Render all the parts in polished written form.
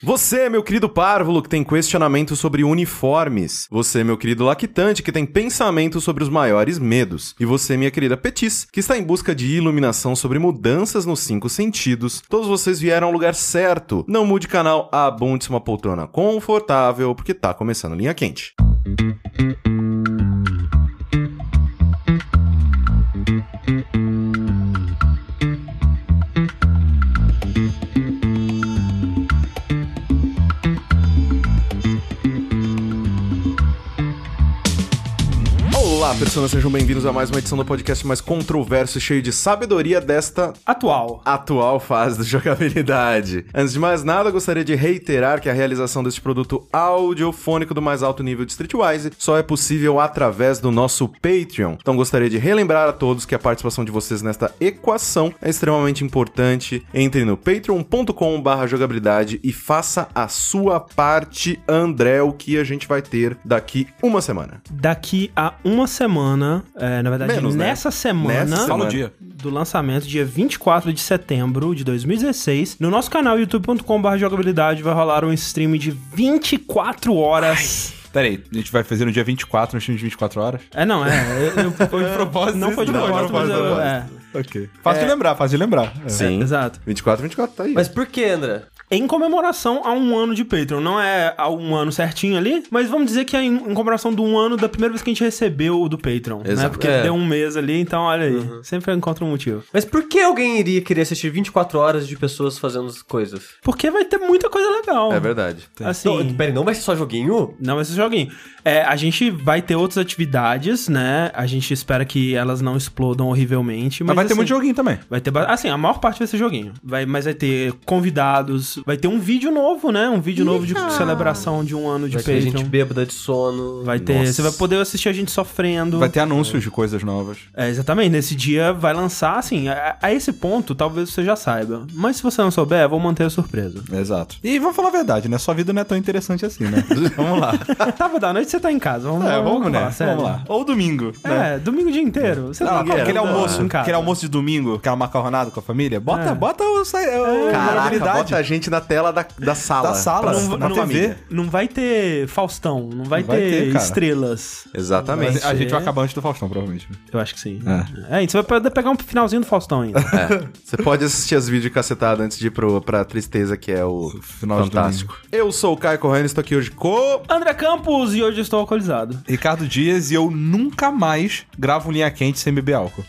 Você, meu querido párvulo, que tem questionamento sobre uniformes. Você, meu querido lactante, que tem pensamento sobre os maiores medos. E você, minha querida Petis, que está em busca de iluminação sobre mudanças nos 5 sentidos. Todos vocês vieram ao lugar certo. Não mude canal, abunde uma poltrona confortável, porque tá começando Linha Quente. Olá, pessoas, sejam bem-vindos a mais uma edição do podcast mais controverso e cheio de sabedoria desta atual fase da jogabilidade. Antes de mais nada, gostaria de reiterar que a realização deste produto audiofônico do mais alto nível de Streetwise só é possível através do nosso Patreon. Então gostaria de relembrar a todos que a participação de vocês nesta equação é extremamente importante. Entre no patreon.com/jogabilidade e faça a sua parte, André, o que a gente vai ter daqui uma semana. Daqui a uma semana, na verdade, menos, nessa né? semana, Fala o dia do lançamento, dia 24 de setembro de 2016, no nosso canal youtube.com/jogabilidade vai rolar um stream de 24 horas. Peraí, a gente vai fazer no dia 24, no stream de 24 horas? Foi de propósito. Não foi de propósito, mas Ok. Fácil de lembrar. Sim. Exato. 24 tá aí. Mas por que, André? Em comemoração a um ano de Patreon. Não é a um ano certinho ali, mas vamos dizer que é em comemoração do 1 ano da primeira vez que a gente recebeu o do Patreon. Exato. Né? Porque deu um mês ali, então olha aí. Sempre encontra um motivo. Mas por que alguém iria querer assistir 24 horas de pessoas fazendo coisas? Porque vai ter muita coisa legal. É verdade. Assim, Então, peraí, não vai ser só joguinho? não vai ser joguinho. A gente vai ter outras atividades, né? A gente espera que elas não explodam horrivelmente. Mas vai ter assim, muito joguinho também. Vai ter, assim, a maior parte vai ser joguinho. Mas vai ter convidados, vai ter um vídeo novo, né? Um vídeo novo de celebração de um ano de Vai ter Patreon. gente bêbada de sono. Vai ter, Nossa. você vai poder assistir a gente sofrendo. Vai ter anúncios de coisas novas. Exatamente, nesse dia vai lançar, assim, a esse ponto talvez você já saiba. Mas se você não souber, vou manter a surpresa. Exato. E vamos falar a verdade, né? Sua vida não é tão interessante assim, né? Vamos lá. Tava da noite, você tá em casa. Vamos Vamos falar, sério. Vamos lá. Ou domingo, né? Domingo o dia inteiro. Você Não, tá aquele almoço, em casa. aquele almoço de domingo, aquela macarronada com a família, bota o Caraca, jogabilidade bota a gente na tela da sala. da sala, Pra- na TV. Não vai ter Faustão, não vai Vai ter ter, cara. estrelas. Exatamente. A gente vai acabar antes do Faustão, provavelmente. Eu acho que sim. Você vai poder pegar um finalzinho do Faustão ainda. Você pode assistir as vídeos cacetadas antes de ir pra tristeza, que é o Final de Fantástico. Eu sou o Caio Corrêa e estou aqui hoje com... André Campos, e hoje eu estou alcoolizado. Ricardo Dias, e eu nunca mais gravo linha quente sem beber álcool.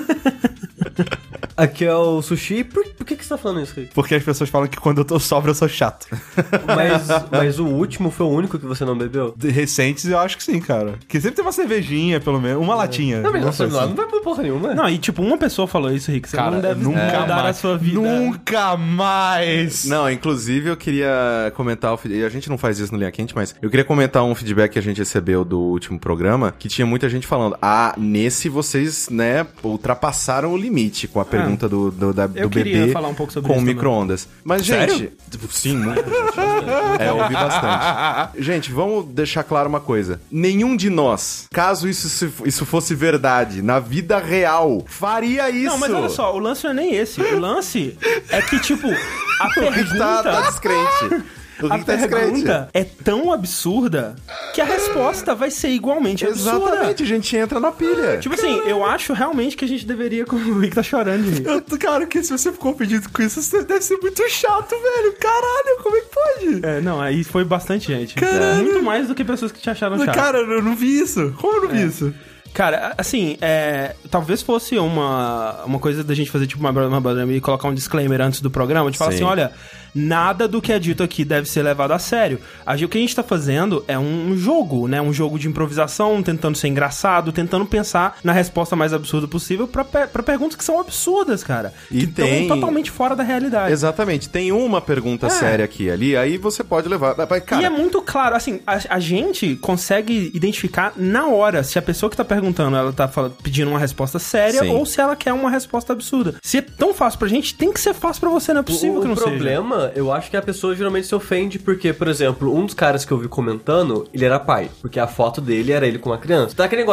Aqui é o Sushi. Por que você tá falando isso, Rick? Porque as pessoas falam que quando eu tô sóbrio eu sou chato. Mas o último foi o único que você não bebeu? De recentes eu acho que sim, cara. Que sempre tem uma cervejinha, pelo menos. Uma latinha. Não, mas Nossa, não vai beber porra nenhuma. Não, e tipo, uma pessoa falou isso, Rick. Você Cara, não deve nunca mudar mais. a sua vida. Nunca mais! Não, inclusive eu queria comentar, e a gente não faz isso no Linha Quente, mas eu queria comentar um feedback que a gente recebeu do último programa, que tinha muita gente falando, nesse vocês, né, ultrapassaram o limite com a pergunta do Eu queria bebê falar um pouco sobre com isso micro-ondas. Mas, Sério? gente... Sim, muita gente. Eu ouvi bastante. Gente, vamos deixar claro uma coisa. Nenhum de nós, caso isso fosse verdade, na vida real, faria isso. Não, mas olha só, o lance não é nem esse. O lance é que, tipo, a O Rick tá pergunta... descrente. O A Rick tá descrente. pergunta é tão absurda que a resposta vai ser igualmente absurda. Exatamente, a gente entra na pilha. Tipo assim, eu acho realmente que a gente deveria... O Rick tá chorando de rir. Cara, que se você ficou pedindo com isso, você deve ser muito chato, velho. Caralho, como é que pode? Não, aí foi bastante gente. Caralho. Muito mais do que pessoas que te acharam chato. Cara, eu não vi isso. Como eu não vi isso? Cara, assim, talvez fosse uma coisa da gente fazer tipo uma brother e colocar um disclaimer antes do programa, de falar Sim. assim, olha, nada do que é dito aqui deve ser levado a sério. O que a gente tá fazendo é um jogo, né? Um jogo de improvisação, tentando ser engraçado, tentando pensar na resposta mais absurda possível pra perguntas que são absurdas, cara. E que estão totalmente fora da realidade. Exatamente. Tem uma pergunta séria aqui e ali, aí você pode levar. Mas, cara, E é muito claro, assim, a gente consegue identificar na hora se a pessoa que tá perguntando, ela tá pedindo uma resposta séria Sim. ou se ela quer uma resposta absurda. Se é tão fácil pra gente, tem que ser fácil pra você, não é possível que não O problema, eu acho que a pessoa geralmente se ofende porque, por exemplo, um dos caras que eu vi comentando, ele era pai, porque a foto dele era ele com uma criança. Então aquele negócio de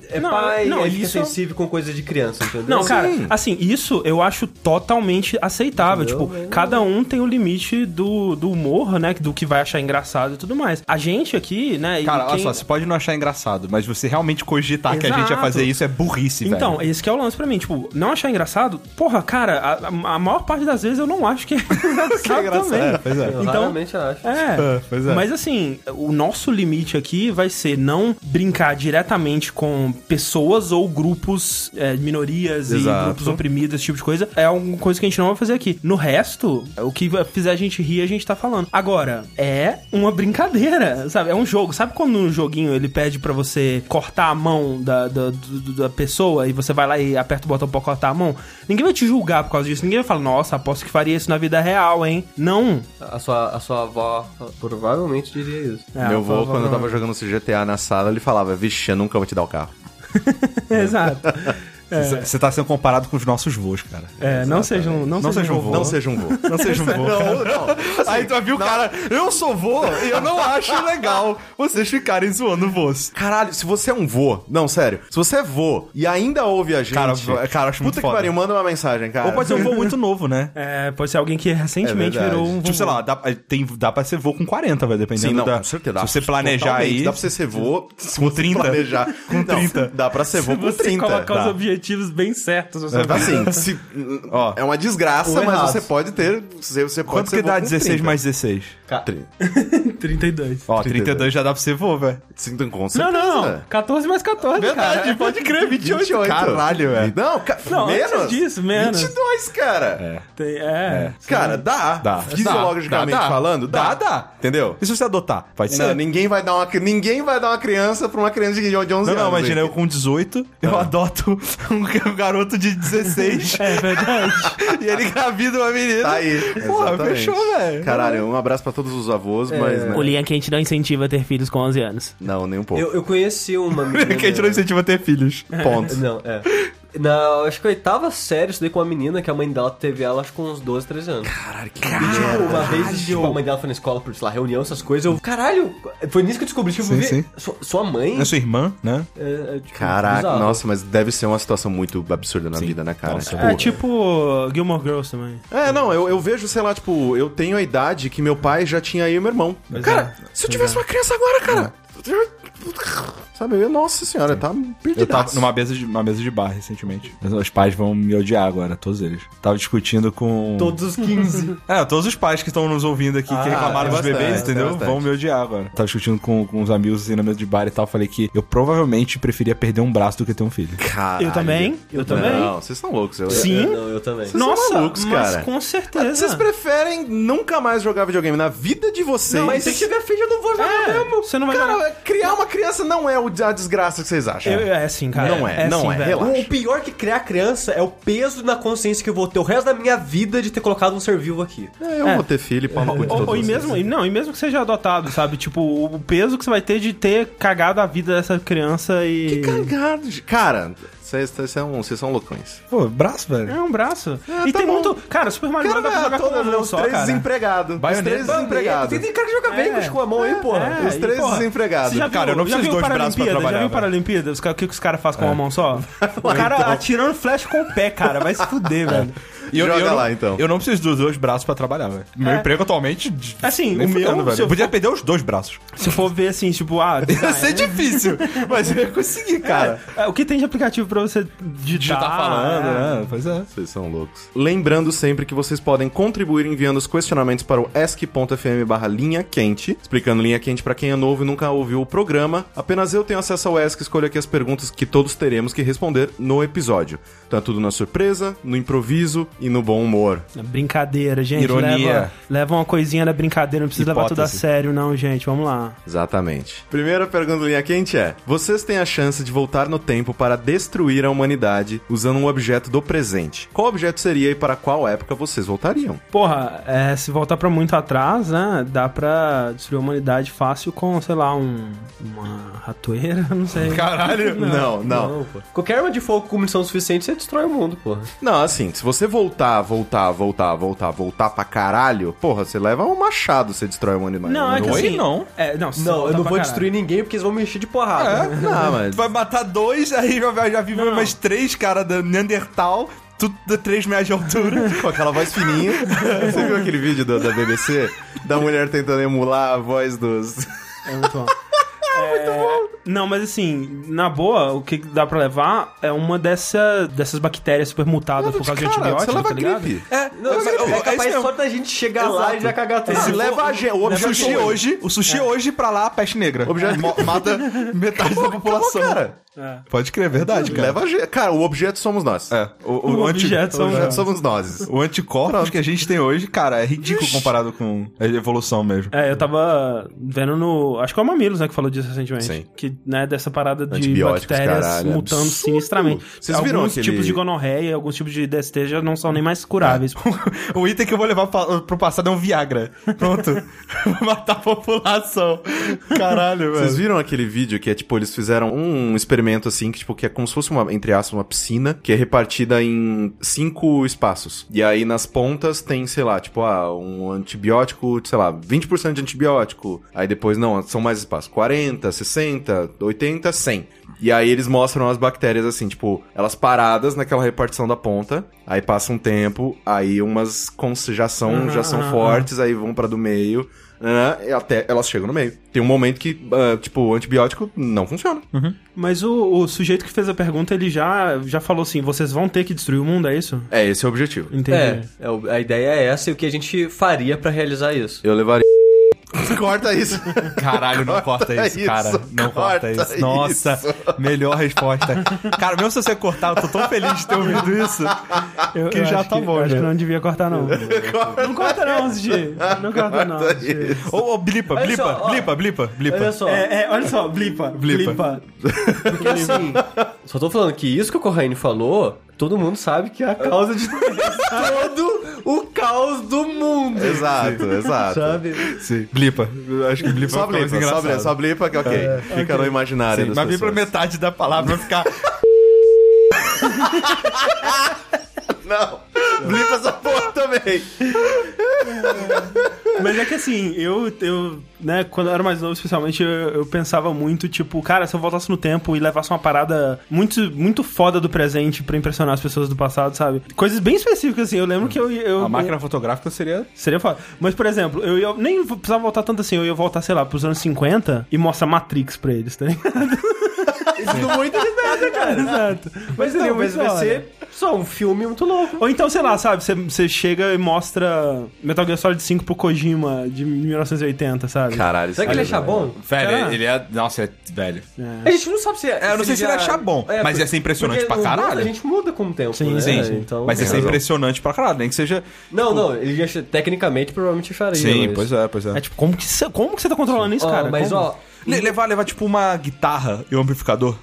pai, não, ele isso é sensível com coisa de criança, entendeu? Não, cara, assim, isso eu acho totalmente aceitável. Tipo, cada um tem o limite do humor, né? Do que vai achar engraçado e tudo mais. A gente aqui, né? Cara, olha só, você pode não achar engraçado, mas você realmente cogitar que a gente ia fazer isso é burrice, velho. Então, esse que é o lance pra mim. Tipo, não achar engraçado, porra, cara, a maior parte das vezes eu não acho que é engraçado também. Pois é. Eu Então, raramente acho. Pois é. Mas assim, o nosso limite aqui vai ser não brincar diretamente com pessoas ou grupos, minorias e grupos oprimidos, esse tipo de coisa. É uma coisa que a gente não vai fazer aqui. No resto, o que fizer a gente rir, a gente tá falando. Agora, é uma brincadeira, sabe? É um jogo. Sabe quando no joguinho ele pede pra você cortar a mão da pessoa e você vai lá e aperta o botão pra cortar a mão? Ninguém vai te julgar por causa disso. Ninguém vai falar, nossa, aposto que faria isso na vida real, hein? Não. A sua avó provavelmente diria isso. Meu avô, quando eu tava jogando esse GTA na sala, ele falava, vixe, eu nunca vou te dar o carro. Exato. Você tá sendo comparado com os nossos voos, cara. Não sejam vô. Não seja um vô. Não seja um vô. Não. Aí tu viu, cara, eu sou vô e eu não acho legal vocês ficarem zoando vôs. Caralho, se você é um vô... Não, sério. Se você é vô e ainda ouve a gente... Cara, acho muito puta que foda. pariu, manda uma mensagem, cara. Ou pode ser um vô muito novo, né? Pode ser alguém que recentemente verdade. virou um Tipo, sei lá, dá pra ser vô com 40, velho, dependendo Sim, não, da... com certeza. Se você planejar Totalmente. aí... Dá pra você ser vô Com 30. planejar. Com 30. Não, dá pra ser vô Se com você 30. colocar os Tá. objetivos bem certos. Você Assim, é uma desgraça, mas você pode ter... Você pode Quanto ser que vô dá com 16 30. mais 16? 32. Ó, 32 já dá pra ser vô, velho. Sim, com certeza. Não. 14 mais 14, Verdade, cara. pode crer, 28. Caralho, velho. Não, Antes menos. disso, menos. 22, cara. Cara, dá. Fisiologicamente Dá. falando, dá. Dá. Entendeu? E se você adotar? Pode ser. Não, ninguém vai dar uma criança pra uma criança de 11 anos. Não, imagina, eu com 18, eu adoto um garoto de 16 É verdade. e ele engravida uma menina. Tá aí. Porra, Exatamente. fechou, velho. Caralho, um abraço pra todos os avós, mas... Né? O Linha Quente não incentiva a ter filhos com 11 anos. Não, nem um pouco. Eu conheci uma menina... Que a gente não incentiva a ter filhos. Ponto. Não, acho que 8ª série, estudei com uma menina que a mãe dela teve ela, acho que com uns 12, 13 anos. Caralho, que Uma vez, tipo, a mãe dela foi na escola por, sei lá, reunião, essas coisas. Eu, caralho, foi nisso que eu descobri. Tipo, Sim. Sua mãe... É sua irmã, né? Tipo, Caraca, bizarro. nossa, mas deve ser uma situação muito absurda na vida, né, cara? Nossa, É tipo Gilmore Girls também. Não, eu vejo, sei lá, tipo, eu tenho a idade que meu pai já tinha aí o meu irmão. Cara, se eu tivesse uma criança agora, cara... Sabe, nossa senhora, tá perdidaço. Eu tava numa mesa de bar recentemente. Os pais vão me odiar agora, todos eles. Tava discutindo com... Todos os 15. Todos os pais que estão nos ouvindo aqui, que reclamaram dos tem bebês, bastante, entendeu? tem bastante. Vão me odiar agora. Tava discutindo com uns amigos assim, na mesa de bar e tal. Falei que eu provavelmente preferia perder um braço do que ter um filho. Caralho. Eu também. Não, vocês estão loucos. Sim. Não, eu também. Nossa, malucos, mas cara. com certeza. Vocês preferem nunca mais jogar videogame na vida de vocês? Não, mas se tiver filho, eu não vou jogar mesmo. Você não vai jogar. Cara, criar uma criança não é a desgraça que vocês acham. Sim, cara. Não é, não sim, é. velho. Relaxa. O pior que criar criança é o peso na consciência que eu vou ter o resto da minha vida de ter colocado um ser vivo aqui. Eu vou ter filho e pau no cu de todos Ou e vocês. mesmo que seja adotado, sabe? Tipo, o peso que você vai ter de ter cagado a vida dessa criança e... Que cagado. Cara, vocês são loucões. Pô, braço, velho. É um braço. E tá tem bom. muito... Cara, Super Mario Bros. Dá pra jogar com uma mão os só, três cara. desempregados. Os Baioneta. três desempregados. Tem cara que joga bem com a mão aí, porra. Os três desempregados. Você já Cara, eu não já preciso viu de dois braços pra Paralimpíada? trabalhar, Já viu velho. Paralimpíada? O que os caras fazem com uma mão só? O cara atirando flecha com o pé, cara. Vai se fuder, velho. E eu Joga não- lá, então. Eu não preciso dos dois braços pra trabalhar, velho. Meu emprego atualmente... Assim, nem o meu, fudendo, velho. se eu Eu podia for- perder os dois braços. Se for ver assim, tipo, Ia ser difícil, mas eu ia conseguir, cara. o que tem de aplicativo pra você digitar? Tá falando, né? Pois é. Vocês são loucos. Lembrando sempre que vocês podem contribuir enviando os questionamentos para o ask.fm/linha quente, explicando linha quente pra quem é novo e nunca ouviu o programa. Apenas eu tenho acesso ao Ask, escolho aqui as perguntas que todos teremos que responder no episódio. Então é tudo na surpresa, no improviso e no bom humor. Brincadeira, gente. Ironia. Leva uma coisinha da brincadeira, não precisa levar tudo a Hipótese. sério, não, gente. Vamos lá. Exatamente. Primeira pergunta do linha quente é: vocês têm a chance de voltar no tempo para destruir a humanidade usando um objeto do presente. Qual objeto seria e para qual época vocês voltariam? Porra, se voltar pra muito atrás, né, dá pra destruir a humanidade fácil com, sei lá, uma ratoeira, não sei. Caralho, não. Qualquer arma de fogo com munição suficiente, você destrói o mundo, porra. Não, assim, se você voltar pra caralho, porra, você leva um machado, você destrói a humanidade. Não, é que assim... Não. Não, eu não vou destruir ninguém porque eles vão me encher de porrada. Não, mas... Tu vai matar 2, aí já vive mais 3 caras da Neandertal, tudo de 3 metros de altura. Com aquela voz fininha. Você viu aquele vídeo da BBC? Da mulher tentando emular a voz dos... É muito bom. Não, mas assim, na boa, o que dá pra levar é uma dessas bactérias super mutadas por causa de antibiótico, você leva tá ligado? gripe. É capaz isso só da gente chegar lá e já cagar tudo. Se leva o Sushi hoje, o sushi hoje pra lá, peste negra. Mata metade da população. Cara. Pode crer, é verdade, cara. Cara, o objeto somos nós. O objeto somos nós. O anticorpo que a gente tem hoje, cara, é ridículo comparado com a evolução mesmo. Eu tava vendo no... Acho que é o Mamilos, né, que falou disso recentemente. Sim. Que, né, dessa parada de antibióticos, bactérias caralho, mutando absurdo. sinistramente. Vocês viram alguns tipos de gonorreia e alguns tipos de DST já não são nem mais curáveis. O item que eu vou levar pro passado é um Viagra. Pronto. Matar a população. Caralho, velho. Vocês viram aquele vídeo que é, tipo, eles fizeram um experimento, assim, que, tipo, que é como se fosse uma, entre aspas, uma piscina, que é repartida em 5 espaços. E aí, nas pontas, tem, sei lá, tipo, um antibiótico, sei lá, 20% de antibiótico. Aí depois, não, são mais espaços. 40, 60, 80, 100. E aí eles mostram as bactérias assim, tipo, elas paradas naquela repartição da ponta, aí passa um tempo, aí umas já são fortes, aí vão pra do meio, e até elas chegam no meio. Tem um momento que, tipo, o antibiótico não funciona. Mas o sujeito que fez a pergunta, ele já falou assim, vocês vão ter que destruir o mundo, é isso? Esse é o objetivo. Entendi. A ideia é essa e o que a gente faria pra realizar isso. Eu levaria... Corta isso. Caralho, não corta isso, cara. Não corta isso. Nossa, melhor resposta. Cara, mesmo se você cortar, eu tô tão feliz de ter ouvido isso que já tá bom, acho que não devia cortar, não. Não corta não, Sushi. Não corta não. Ou blipa. Olha só. Olha só, blipa. Porque assim, só tô falando que isso que o Corraine falou, todo mundo sabe que é a causa de todo o caos do mundo. Exato. Sabe? Sim. Blipa. Eu acho que blipa só blipa, só blipa que ok. Fica no imaginário das mas pessoas. blipa metade da palavra vai ficar... Não, blipa essa porra também. Mas é que assim, eu né, quando eu era mais novo, especialmente, eu pensava muito, tipo, cara, se eu voltasse no tempo e levasse uma parada muito, muito foda do presente pra impressionar as pessoas do passado, sabe? Coisas bem específicas, assim, eu lembro que a máquina fotográfica seria foda. Mas, por exemplo, eu nem precisava voltar tanto assim, eu ia voltar, sei lá, pros anos 50 e mostrar Matrix pra eles, tá ligado? Isso não muito nada, cara. Exato. Mas não, vai ser só um filme muito louco. Ou então, sei lá, sabe, você chega e mostra Metal Gear Solid 5 pro Kojima de 1980, sabe? Caralho, será que ele achar bom? Velho, ele é... Nossa, é velho. A gente não sabe se... eu não sei se ele achar bom, mas ia ser impressionante pra caralho. A gente muda com o tempo, sim, né? Sim. Então, mas ia ser impressionante pra caralho, nem que seja... Não, ele já, tecnicamente provavelmente acharia. Sim, pois é. É tipo, como que você tá controlando isso, cara? Mas, como? Levar, tipo, uma guitarra e um amplificador.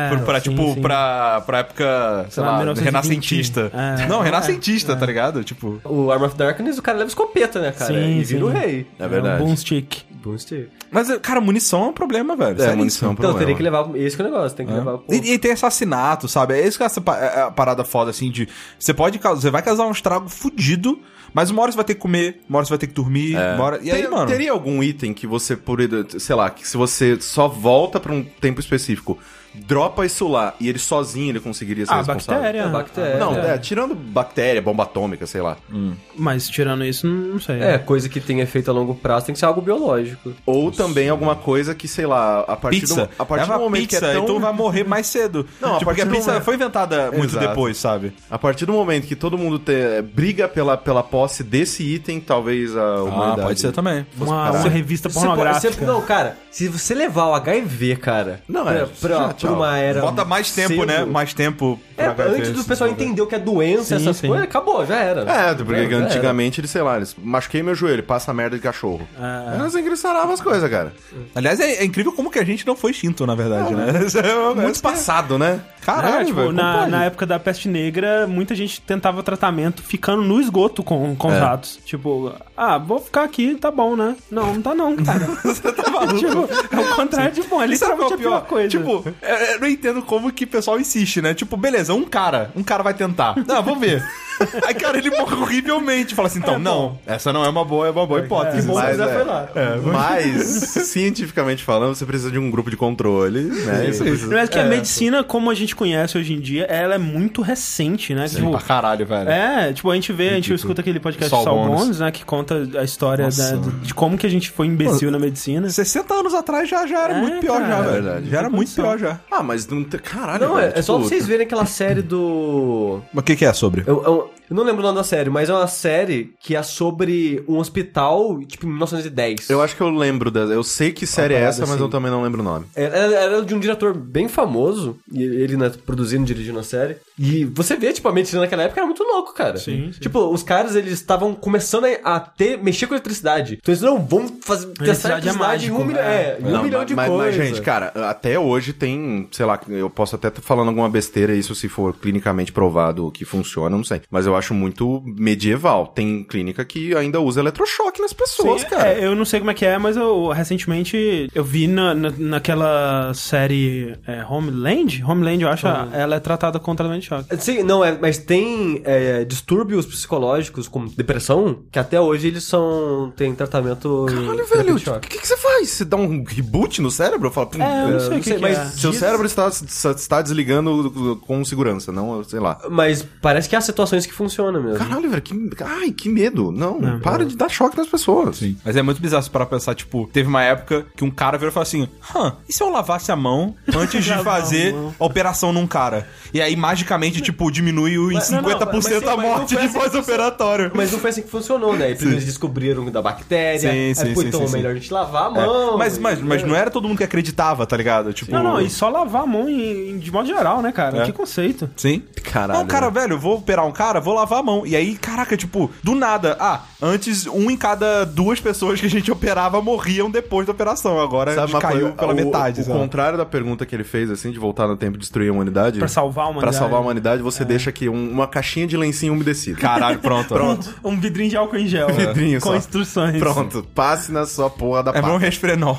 Pra época, sei lá, 1920. renascentista. Não, renascentista, tá ligado? Tipo... O Arm of Darkness, o cara leva escopeta, né, cara? E vira o rei. É verdade. Um boomstick. Mas, cara, munição é um problema, velho. Munição é um problema. Então, teria que levar... Esse que é o negócio, tem que levar... E tem assassinato, sabe? É isso que é essa parada foda, assim, de... Você vai causar um estrago fudido, mas uma hora você vai ter que comer, uma hora você vai ter que dormir, uma hora... E aí, mano... Teria algum item que você, sei lá, que se você só volta pra um tempo específico, dropa isso lá e ele sozinho ele conseguiria ser responsável? Bactéria. Não, tirando bactéria, bomba atômica, sei lá. Mas tirando isso, não sei. Coisa que tem efeito a longo prazo tem que ser algo biológico. Ou também alguma coisa que, sei lá, a partir do momento que é tão... então vai morrer mais cedo. Não, porque a pizza foi inventada muito depois, sabe? A partir do momento que todo mundo briga pela posse desse item, talvez a humanidade... pode ser também. Uma revista pornográfica. Não, cara, se você levar o HIV, cara, pra uma era... Bota mais tempo, cedo, né? Mais tempo pra antes do pessoal entender o que é doença, essas coisas, acabou, já era. Porque antigamente eles, sei lá, eles machuquei meu joelho, passa merda de cachorro. Era assim que eles saravam as coisas, cara. Aliás, é incrível como que a gente não foi extinto, na verdade, né? Muito passado, né? Caralho, tipo, na época da peste negra, muita gente tentava tratamento ficando no esgoto com os ratos. Tipo, vou ficar aqui, tá bom, né? Não tá não, cara. Você tá maluco? Tipo, é o contrário de bom. É literalmente a pior coisa. Tipo, eu não entendo como que o pessoal insiste, né? Tipo, beleza, um cara vai tentar. Não, vamos ver. Aí, cara, ele morre horrivelmente. Fala assim, então, não, essa não é uma boa hipótese. Mas, foi lá. Mas, cientificamente falando, você precisa de um grupo de controle, né? Mas que a medicina, como a gente conhece hoje em dia, ela é muito recente, né? Sim, pra caralho, velho. Tipo, a gente escuta aquele podcast de Saul Bones, né? Que conta a história de como que a gente foi imbecil na medicina. 60 anos atrás já era muito pior, já, velho. Verdade. Já era muito pior, já. Ah, mas não tem... Caralho, Não, velho, é só vocês verem aquela série do... Mas o que é sobre? Eu não lembro o nome da série, mas é uma série que é sobre um hospital, tipo, em 1910. Eu acho que eu lembro dessa. Eu sei que série é essa, mas assim. eu também não lembro o nome. Era de um diretor bem famoso, e ele, né, produzindo e dirigindo a série. E você vê, tipo, a medicina naquela época era muito louco, cara. Sim. Tipo, os caras, eles estavam começando a mexer com eletricidade. Então eles não vão testar eletricidade em um milhão de coisas. Mas, gente, cara, até hoje tem, sei lá, eu posso até estar falando alguma besteira, isso se for clinicamente provado que funciona, não sei. Mas eu acho muito medieval. Tem clínica que ainda usa eletrochoque nas pessoas, cara. Eu não sei como é que é, mas recentemente eu vi naquela série Homeland, eu acho, ela é tratada com tratamento de choque. Sim, não, mas tem distúrbios psicológicos como depressão, que até hoje eles têm tratamento... Caralho, velho, o que você faz? Você dá um reboot no cérebro? Fala, eu não sei o que mas é. Seu cérebro está desligando com segurança, não, sei lá. Mas parece que há situações que funcionam mesmo. Caralho, velho, que medo. Não, para de dar choque nas pessoas. Sim. Mas é muito bizarro para pensar, tipo, teve uma época que um cara virou e falou assim, e se eu lavasse a mão antes de fazer a operação num cara? E aí, magicamente, tipo, diminuiu em 50% a morte de pós-operatório. Mas não foi assim que funcionou, né? Eles descobriram da bactéria, então é melhor a gente lavar a mão. Mas não era todo mundo que acreditava, tá ligado? Tipo... Não, e só lavar a mão de modo geral, né, cara? Que conceito. Sim. Caralho. Não, cara, velho, eu vou operar um cara, vou lavar a mão. E aí, caraca, tipo, do nada. Antes, 1 em cada 2 pessoas que a gente operava morriam depois da operação. Agora caiu pela metade. O contrário da pergunta que ele fez, assim, de voltar no tempo e destruir a humanidade. Pra salvar a humanidade. Você deixa aqui uma caixinha de lencinho umedecido. Caralho, pronto. Um vidrinho de álcool em gel. Vidrinho com só. Instruções. Pronto, passe na sua porra da pata. É um resfrenol.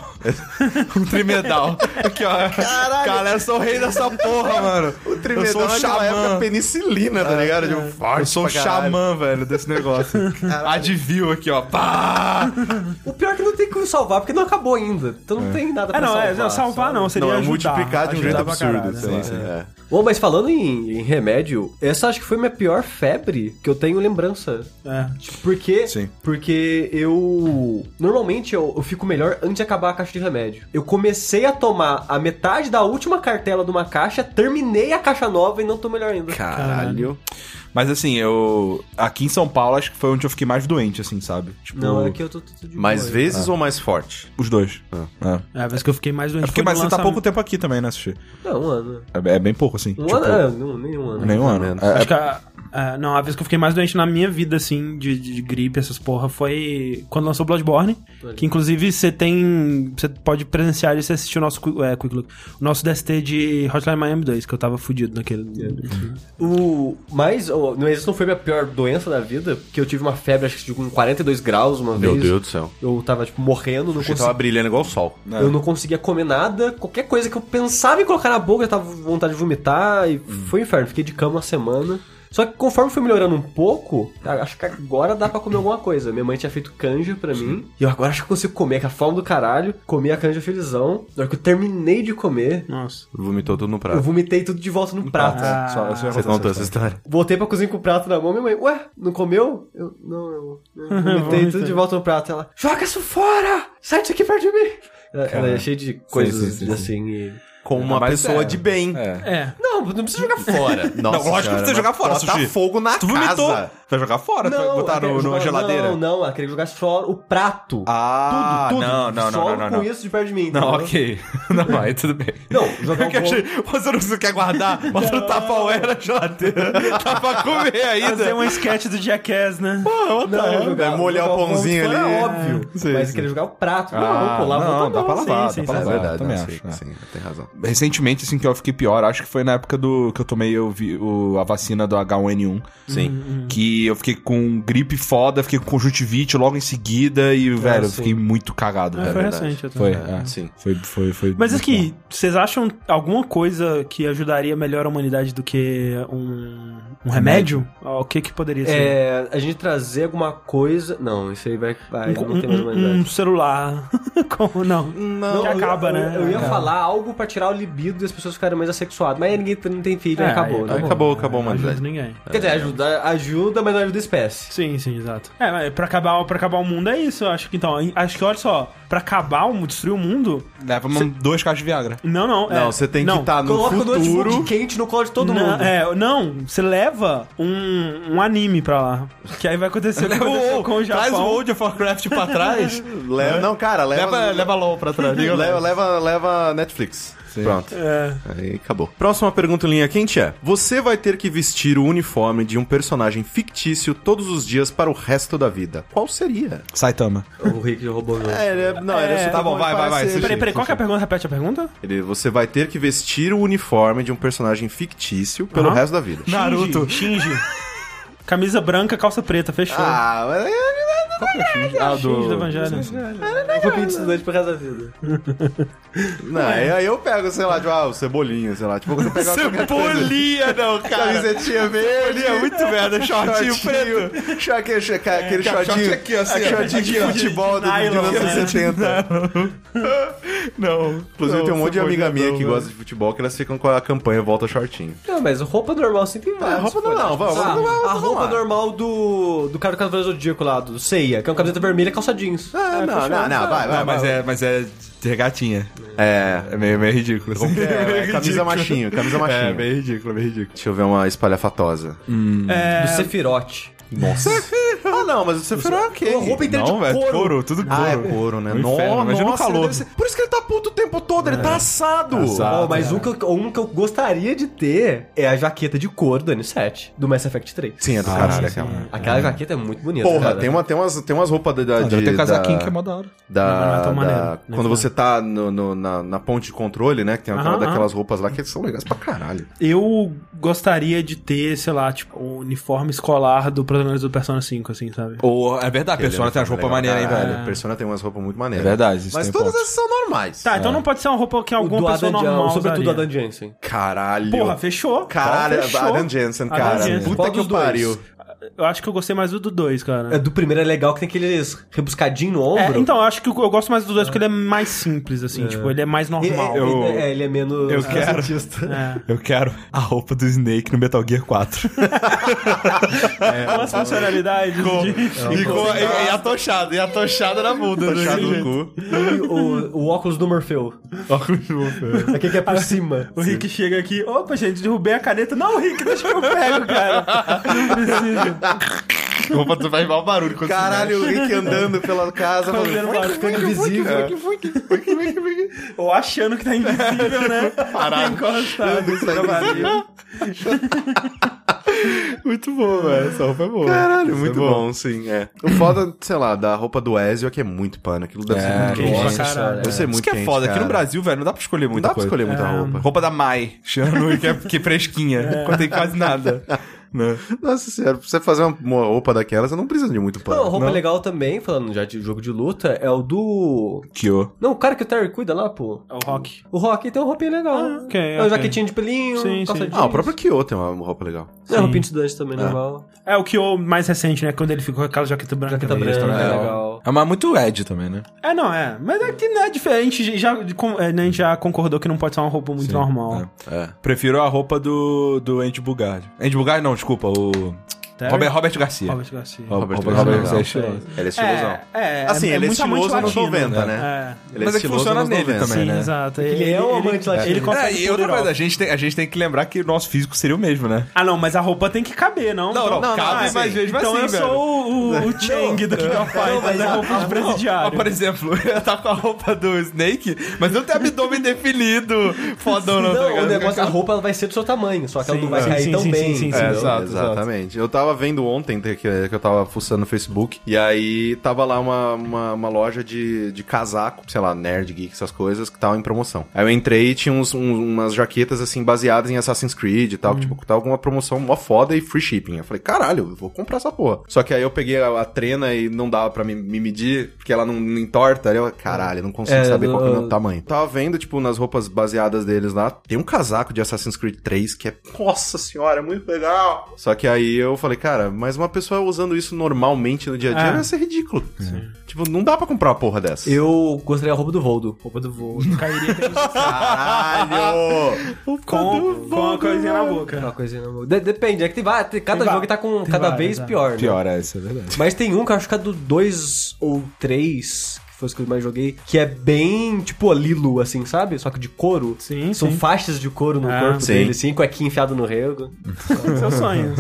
Um trimedal. Aqui, ó. Caralho. Cara, eu sou o rei dessa porra, mano. O trimedal naquela época penicilina, tá ligado? Eu sou o xamã, velho, desse negócio. Advil aqui, ó. Pá! O pior é que não tem como salvar, porque não acabou ainda. Então não tem nada pra salvar. Salvar não, seria ajudar. Multiplicar de um jeito absurdo. Caralho, sim. Bom, mas falando em remédio, essa acho que foi minha pior febre que eu tenho lembrança. Porque eu... Normalmente eu fico melhor antes de acabar a caixa de remédio. Eu comecei a tomar a metade da última cartela de uma caixa, terminei a caixa nova e não tô melhor ainda. Caralho. Mas assim, aqui em São Paulo, acho que foi onde eu fiquei mais doente, assim, sabe? Tipo, não, é que eu tô de mais boa. vezes ou mais forte? Os dois. A vez que eu fiquei mais doente. Mas você tá pouco tempo aqui também, né, Sushi? Não, 1 ano. É bem pouco, assim. Um ano? Nenhum ano. Nenhum ano. Acho que a vez que eu fiquei mais doente na minha vida, assim, de gripe, essas porra, foi quando lançou Bloodborne. Que inclusive você pode presenciar isso e assistir o nosso Quick Look. O nosso DST de Hotline Miami 2, que eu tava fudido naquele. Mas isso não foi minha pior doença da vida, porque eu tive uma febre, acho que com 42 graus uma vez. Meu Deus do céu. Eu tava, tipo, morrendo. Eu tava brilhando igual o sol. Eu não conseguia comer nada. Qualquer coisa que eu pensava em colocar na boca, eu tava com vontade de vomitar. E foi um inferno. Fiquei de cama uma semana. Só que conforme foi melhorando um pouco, acho que agora dá pra comer alguma coisa. Minha mãe tinha feito canja pra mim. E eu agora acho que eu consigo comer, com a fome do caralho. Comi a canja felizão. Na hora que eu terminei de comer... Nossa. Vomitou tudo no prato. Eu vomitei tudo de volta no prato. Você contou essa história. Voltei pra cozinha com o prato na mão. Minha mãe, ué, não comeu? Eu vomitei tudo de volta no prato. Ela, joga isso fora! Sai disso aqui perto de mim! Ela é cheia de coisas assim e... Como uma pessoa de bem. Não precisa jogar fora. Nossa, lógico que precisa jogar fora, Sushi. Fogo na tu casa. Vomitou. Vai jogar fora? Tu vai botar numa geladeira? Não, ela queria jogar só o prato. Tudo. Não. Só com isso de perto de mim. Não, ok. Não, aí tudo bem. Não, jogar o Você não quer guardar? Bota no Tupperware na geladeira. Dá pra comer ainda. Fazer um sketch do Jackass, né? Vai molhar o pãozinho ali. É óbvio. Mas queria jogar o prato. Não, dá pra lavar. É verdade, sim, tem razão. recentemente, assim, que eu fiquei pior, acho que foi na época que eu tomei a vacina do H1N1. Sim. Que eu fiquei com gripe foda, fiquei com conjuntivite logo em seguida e, velho, eu fiquei muito cagado. Foi verdade. recente. Eu Foi, também. Sim. Foi Mas muito aqui, vocês acham alguma coisa que ajudaria melhor a humanidade do que um remédio? O que poderia ser? A gente trazer alguma coisa... Não, isso aí vai não tem mais humanidade. Um celular. Como não? Que acaba, né? Eu ia falar algo pra tirar o libido das pessoas ficarem mais assexuadas, mas ninguém não tem filho, aí acabou. Aí né? Acabou a Não humanidade. ajuda ninguém. Quer dizer, ajuda, mas não ajuda a espécie. Sim, exato. Mas pra acabar o mundo é isso, eu acho que então. Acho que, olha só, pra acabar, destruir o mundo... Leva 2 caixas de Viagra. Não. Não, você tem que estar no Coloca o futuro... notebook quente no colo de todo mundo. Não, você leva um anime pra lá. Que aí vai acontecer o que aconteceu com o Japão. Traz o World of Warcraft pra trás. Leva LOL pra trás. leva Netflix. Sim. Pronto. Aí acabou. Próxima pergunta em linha quente é: você vai ter que vestir o uniforme de um personagem fictício todos os dias para o resto da vida. Qual seria? Saitama. O Rick roubou o jogo. Tá bom, vai. Peraí, qual que é a pergunta? Repete a pergunta? Você vai ter que vestir o uniforme de um personagem fictício pelo resto da vida. Naruto. Shinji. Camisa branca, calça preta, fechou. Mas... Shinji do Evangelho. Roupinha de estudante pro resto da vida. Não, aí eu pego, sei lá, o Cebolinha, sei lá. Tipo, quando eu pegar Cebolinha, não, cara. Camisetinha verde. Cebolinha é muito merda, shortinho preto. Aquele shortinho aqui, assim, shortinho de futebol de 1970. Não. Inclusive tem um monte de amiga minha que gosta de futebol que elas ficam com a campanha Volta Shortinho. Não, mas roupa normal sempre tem várias. Roupa normal, vamos. A roupa normal do cara do Cavaleiro Zodíaco lá, do Seiya, que é uma camiseta vermelha e calça jeans. Vai. Mas é de regatinha. É meio ridículo. Assim. Camisa machinho. É, meio ridículo. Deixa eu ver uma espalhafatosa. Do Sephiroth. Nossa. Não, mas o Sephiroth é ok. Roupa inteira de couro. Tudo couro. É couro, né? Imagina o calor. Por isso que ele tá puto o tempo todo, ele tá assado. Mas um que eu gostaria de ter é a jaqueta de couro do N7, do Mass Effect 3. Sim, é do caralho aquela. Aquela jaqueta é muito bonita. Porra, cara. tem umas roupas Tem casaquinho que é mó da hora. Quando você tá na ponte de controle, né? Que tem aquela daquelas roupas lá que são legais pra caralho. Eu gostaria de ter, sei lá, tipo, o uniforme escolar do protagonista do Persona 5, assim, sabe? É verdade, a Persona tem umas roupas maneiras, hein, velho. A Persona tem umas roupas muito maneiras. É verdade. Mas todas essas são normais. Tá, então não pode ser uma roupa que alguma pessoa normal sobretudo usaria. Adam Jensen. Caralho. Porra, fechou. Caralho, Fechou. Adam Jensen, cara. Jensen. Puta que pariu. Eu acho que eu gostei mais do 2, cara. Do primeiro é legal que tem aqueles rebuscadinhos no ombro. Então, eu acho que eu gosto mais do 2 porque ele é mais simples, assim, tipo, ele é mais normal. Ele é menos... Eu quero a roupa do Snake no Metal Gear 4. Com as funcionalidades E a tochada na bunda. Tochada no cu. O óculos do Morfeu. Aquele que é por cima. O Rick chega aqui, opa, gente, derrubei a caneta. Não, Rick, deixa que eu pego, cara. Não precisa. Roupa tu vai mal barulho. Caralho, o Rick andando pela casa, ficando invisível. Ou achando que tá invisível, né? Parado. Encostado. Muito bom, velho. Essa roupa é boa. Caralho, muito bom, sim, O foda, sei lá, da roupa do Ezio é que é muito pano. Aquilo deve ser muito quente. Deve ser muito Isso que é foda. Aqui no Brasil, velho, não dá pra escolher muita coisa. Não dá pra escolher muita roupa. Roupa da Mai, Xanu, que é fresquinha. Não tem quase nada. Não. Nossa senhora, pra você fazer uma roupa daquela, você não precisa de muito pano. Não, roupa legal também, falando já de jogo de luta, é o do... Kyo. Não, o cara que o Terry cuida lá, pô. É o Rock. O Rock tem uma roupinha legal. É um jaquetinho de pelinho, calça jeans. O próprio Kyo tem uma roupa legal. Roupinha de estudante também, normal. É o Kyo mais recente, né? Quando ele ficou com aquela jaqueta branca. Jaqueta branca, legal. É uma muito Ed também, né? Mas é que não é diferente. A gente já concordou que não pode ser uma roupa muito normal. Prefiro a roupa do Andy Bugard. Andy Bugard não, desculpa, o... Robert Garcia. Robert Garcia. Robert Garcia é estiloso. Ele é estilosão. Assim, ele é estiloso nos 90, né? Mas é que funciona nele também, né? Exato. Ele é um amante latino. Ele consegue e outra coisa, a gente tem que lembrar que o nosso físico seria o mesmo, né? Não, mas a roupa tem que caber, não? Não, cabe, mas mesmo então assim, eu sou o Chang do King of Fighters, mas a roupa de presidiário. Por exemplo, eu tava com a roupa do Snake, mas não tem abdômen definido. Fodão, não. O negócio, a roupa vai ser do seu tamanho, só que ela não vai cair tão bem. Exatamente. Eu tava tava vendo ontem, que eu tava fuçando no Facebook, e aí tava lá uma loja de casaco, sei lá, nerd, geek, essas coisas, que tava em promoção. Aí eu entrei e tinha umas jaquetas, assim, baseadas em Assassin's Creed e tal, que, tipo, tava com uma promoção mó foda e free shipping. Eu falei, caralho, eu vou comprar essa porra. Só que aí eu peguei a trena e não dava pra me medir, porque ela não entorta. Aí eu, caralho, eu não consigo saber qual que é o meu tamanho. Tava vendo, tipo, nas roupas baseadas deles lá, tem um casaco de Assassin's Creed 3 que é, nossa senhora, é muito legal. Só que aí eu falei, cara, mas uma pessoa usando isso normalmente no dia a dia vai ser ridículo. Tipo, não dá pra comprar uma porra dessa. Eu gostaria da roupa do Voldo. Roupa do Voldo. Cairia Caralho! com uma coisinha na boca. Uma coisinha na boca. Depende, é que cada jogo tá com cada vez pior, né? Pior, isso é verdade. Mas tem um que eu acho que é do 2 ou 3, que foi os que eu mais joguei, que é bem, tipo, Lilo, assim, sabe? Só que de couro. Sim, São faixas de couro no corpo dele, assim, cuequinha enfiado no rego. Seu sonho.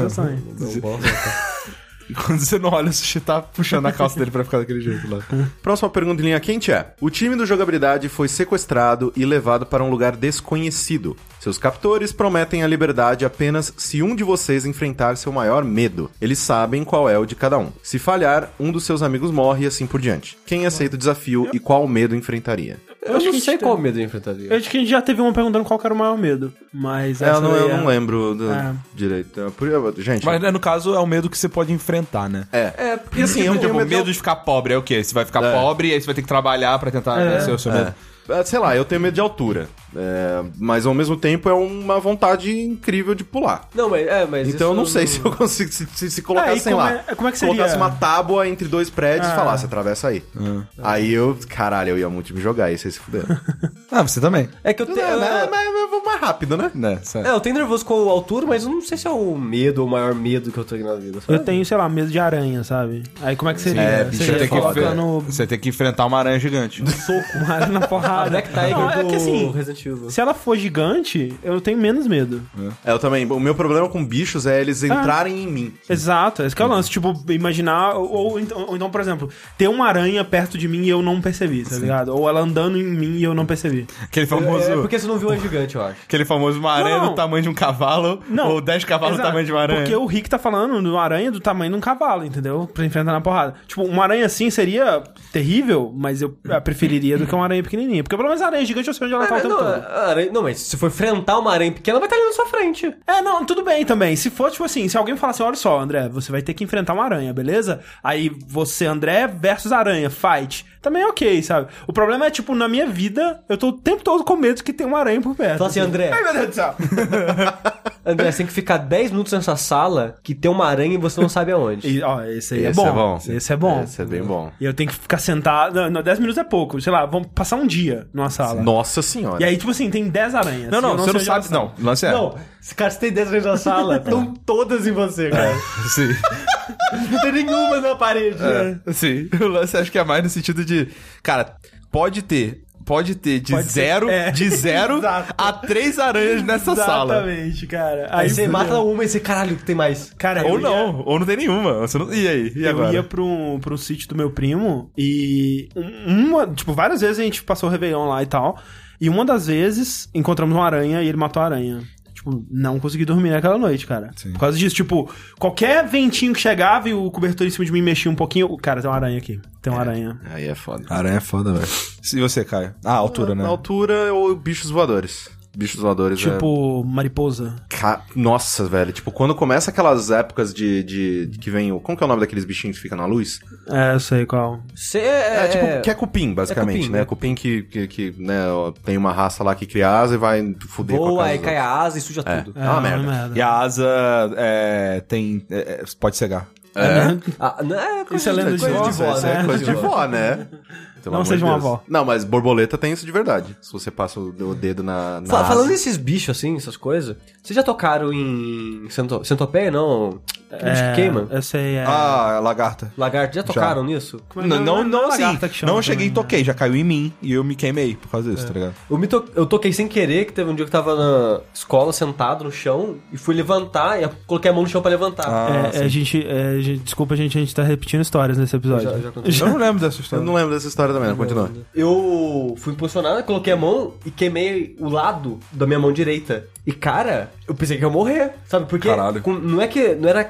E quando você não olha, o Sushi tá puxando a calça dele pra ficar daquele jeito lá. Próxima pergunta em linha quente é: o time do Jogabilidade foi sequestrado e levado para um lugar desconhecido. Seus captores prometem a liberdade apenas se um de vocês enfrentar seu maior medo. Eles sabem qual é o de cada um. Se falhar, um dos seus amigos morre e assim por diante. Quem aceita o desafio e qual medo enfrentaria? Eu não sei qual medo eu enfrentaria. Eu acho que a gente já teve uma perguntando qual que era o maior medo. Mas eu não lembro direito. Gente... Mas no caso é o medo que você pode enfrentar, né? Porque assim, eu tenho medo de ficar pobre. É o quê? Você vai ficar pobre e aí você vai ter que trabalhar pra tentar ser o seu medo. Sei lá, eu tenho medo de altura. Mas ao mesmo tempo é uma vontade incrível de pular. Não, mas então eu não sei se eu consigo. Se colocassem lá. Como é que seria? Colocasse uma tábua entre dois prédios e falasse, atravessa aí. Aí eu ia muito me jogar, aí vocês se fuderam. Você também. É que eu tenho. Mas eu vou mais rápido, né? Eu tenho nervoso com a altura, mas eu não sei se é o medo, o maior medo que eu tenho na vida. Sabe? Eu tenho, sei lá, medo de aranha, sabe? Aí como é que seria? Você tem que enfrentar uma aranha gigante. Soco, uma aranha na porrada. A Black Tiger que assim, Resident Evil. Se ela for gigante, eu tenho menos medo. Eu também. O meu problema com bichos é eles entrarem em mim. Exato, esse que é o lance. Tipo, imaginar... Ou então, por exemplo, ter uma aranha perto de mim e eu não percebi, tá ligado? Ou ela andando em mim e eu não percebi. Aquele famoso... porque você não viu uma gigante, eu acho. Aquele famoso uma aranha do tamanho de um cavalo, ou 10 cavalos do tamanho de uma aranha. Porque o Rick tá falando de uma aranha do tamanho de um cavalo, entendeu? Pra enfrentar na porrada. Tipo, uma aranha assim seria terrível, mas eu preferiria do que uma aranha pequenininha. Porque pelo menos a aranha gigante eu sei onde ela tá o tempo todo. Não, mas se for enfrentar uma aranha pequena, vai estar ali na sua frente. Não, tudo bem também. Se for, tipo assim, se alguém falar assim, olha só, André, você vai ter que enfrentar uma aranha, beleza? Aí você, André, versus aranha, fight. Também é ok, sabe? O problema é, tipo, na minha vida, eu tô o tempo todo com medo que tem uma aranha por perto. Fala assim, André. Ai, meu Deus do céu. André, você tem que ficar 10 minutos nessa sala que tem uma aranha e você não sabe aonde. Esse aí é bom. Esse é bom. Esse é bem bom. E eu tenho que ficar sentado... Não, 10 minutos é pouco. Sei lá, vamos passar um dia numa sala. Nossa senhora. E aí, tipo assim, tem 10 aranhas. Não, você não sabe... Não, lance é... Não, cara, se tem 10 aranhas na sala, estão todas em você, cara. Sim. Não tem nenhuma na parede. Sim. O lance acho que é mais no sentido de... Cara, pode ter de zero a 3 aranhas nessa sala. Exatamente, cara. Aí você mata uma e você, caralho, tem mais. Cara, ou não tem nenhuma. Você não... E aí? E agora? Eu ia pro sítio do meu primo e várias vezes a gente passou o Réveillon lá e tal. E uma das vezes encontramos uma aranha e ele matou a aranha. Tipo, não consegui dormir naquela noite, cara. Sim. Por causa disso, tipo, qualquer ventinho que chegava e o cobertor em cima de mim mexia um pouquinho... Cara, tem uma aranha aqui. Tem uma aranha. Aí é foda. Aranha é foda, velho. E você, Caio? A altura, né? A altura ou bichos voadores. Bichos voadores tipo, mariposa. Nossa, velho. Tipo, quando começa aquelas épocas de que vem o... Como que é o nome daqueles bichinhos que ficam na luz? Eu sei qual. Tipo, que é cupim, basicamente, né? Cupim que né, tem uma raça lá que cria asa e vai fuder com a casa. Aí cai a asa e suja tudo. É uma merda. E a asa tem... pode cegar. Isso é lenda de vó, né? É coisa de vó, né? Não seja uma avó. Não, mas borboleta tem isso de verdade. Se você passa o dedo na falando desses bichos, assim, essas coisas, vocês já tocaram em centopeia, não? Bicho que queima? Eu sei, lagarta. Lagarta, já tocaram nisso? Não assim. Não, eu cheguei e toquei, já caiu em mim e eu me queimei por causa disso, tá ligado? Eu toquei sem querer, que teve um dia que eu tava na escola, sentado no chão, e fui levantar, e eu coloquei a mão no chão pra levantar. Desculpa, a gente tá repetindo histórias nesse episódio. Eu não lembro dessa história. Eu não lembro dessa história também, continua. Eu fui impulsionado, coloquei a mão e queimei o lado da minha mão direita. E, cara, eu pensei que ia morrer, sabe? Porque não era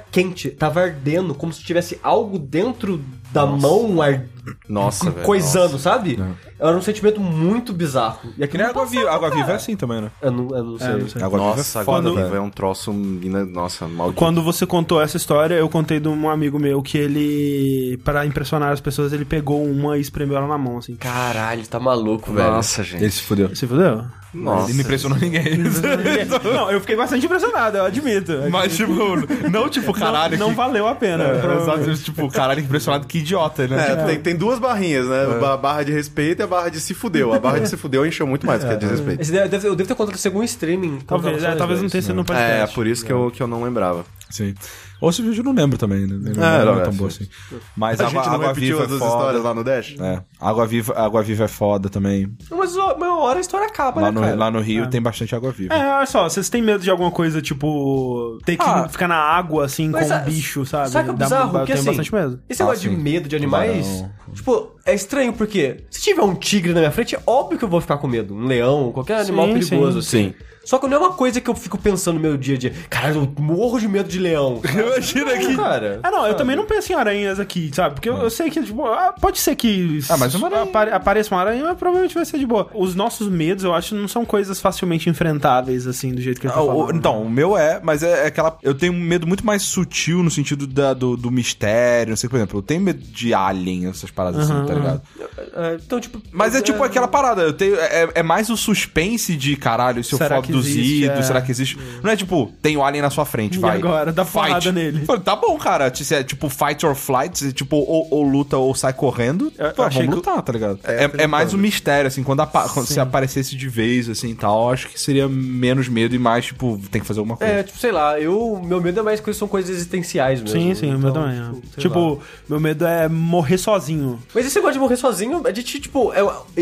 quente, tava ardendo, como se tivesse algo dentro da mão Nossa, velho. coisando, sabe? Era um sentimento muito bizarro. E Que nem água viva. Água viva é assim também, né? Eu não sei. Água viva Nossa, é Água foda, Viva velho. é um troço, nossa, maldito. Quando você contou essa história, eu contei de um amigo meu que ele, pra impressionar as pessoas, ele pegou uma e espremeu ela na mão, assim. Caralho, tá maluco, velho. Nossa, gente. Ele se fudeu. Você fudeu? Nossa. Ele não impressionou ninguém. Não, eu fiquei bastante impressionado, eu admito. Mas, tipo, não tipo, caralho. Não que... valeu a pena. Exato, tipo, caralho, impressionado, que idiota, né? Tem duas barrinhas, né? A barra de respeito e a barra de se fudeu. A barra de se fudeu encheu muito mais que a de respeito. Eu devo ter contado algum streaming. Talvez não tenha sido no podcast. É, por isso que eu não lembrava. Sim. Ou se eu não lembro também, né? Não é tão boa assim. Mas A gente não água repetiu viva as é duas histórias foda. lá no Dash? É. Água viva é foda também. Mas uma hora a história acaba, Lá né, cara? lá no Rio tem bastante água viva. É, olha só, vocês têm medo de alguma coisa, tipo, ter que ficar na água, assim, com Mas um bicho, sabe? Sabe que é bizarro? Eu Porque, tenho assim, bastante medo. Esse negócio de sim. medo de animais, Tubarão. tipo, é estranho porque se tiver um tigre na minha frente, é óbvio que eu vou ficar com medo. Um leão, qualquer animal Sim, perigoso, sim. assim. Só que não é uma coisa que eu fico pensando no meu dia a dia. Caralho, eu morro de medo de leão. Imagina Não, cara. Ah, não, eu também não penso em aranhas aqui, sabe? Porque eu sei que, tipo, pode ser que mas uma aranha... apareça uma aranha, mas provavelmente vai ser de boa. Os nossos medos, eu acho, não são coisas facilmente enfrentáveis, assim, do jeito que eu tô falando. Então, o meu mas é aquela... Eu tenho um medo muito mais sutil no sentido do mistério, não sei, por exemplo, eu tenho medo de alien, essas paradas assim, tá ligado? Então, tipo... Mas é tipo aquela parada, eu tenho... É mais o suspense de, caralho, se eu Será for que existe? abduzido, será que existe? Não é tipo, tem o alien na sua frente, vai. agora? Dá porrada nele. Falei, tá bom, cara, se é tipo fight or flight, se, tipo, ou luta ou sai correndo, achei vamos lutar, tá ligado? É mais um mistério, assim, quando se aparecesse de vez, assim, tal, acho que seria menos medo e mais, tipo, tem que fazer alguma coisa. tipo, sei lá, meu medo é mais que são coisas existenciais mesmo. Sim, o meu também. sei Tipo, lá. meu medo é morrer sozinho. Mas esse negócio de morrer sozinho, a gente, tipo,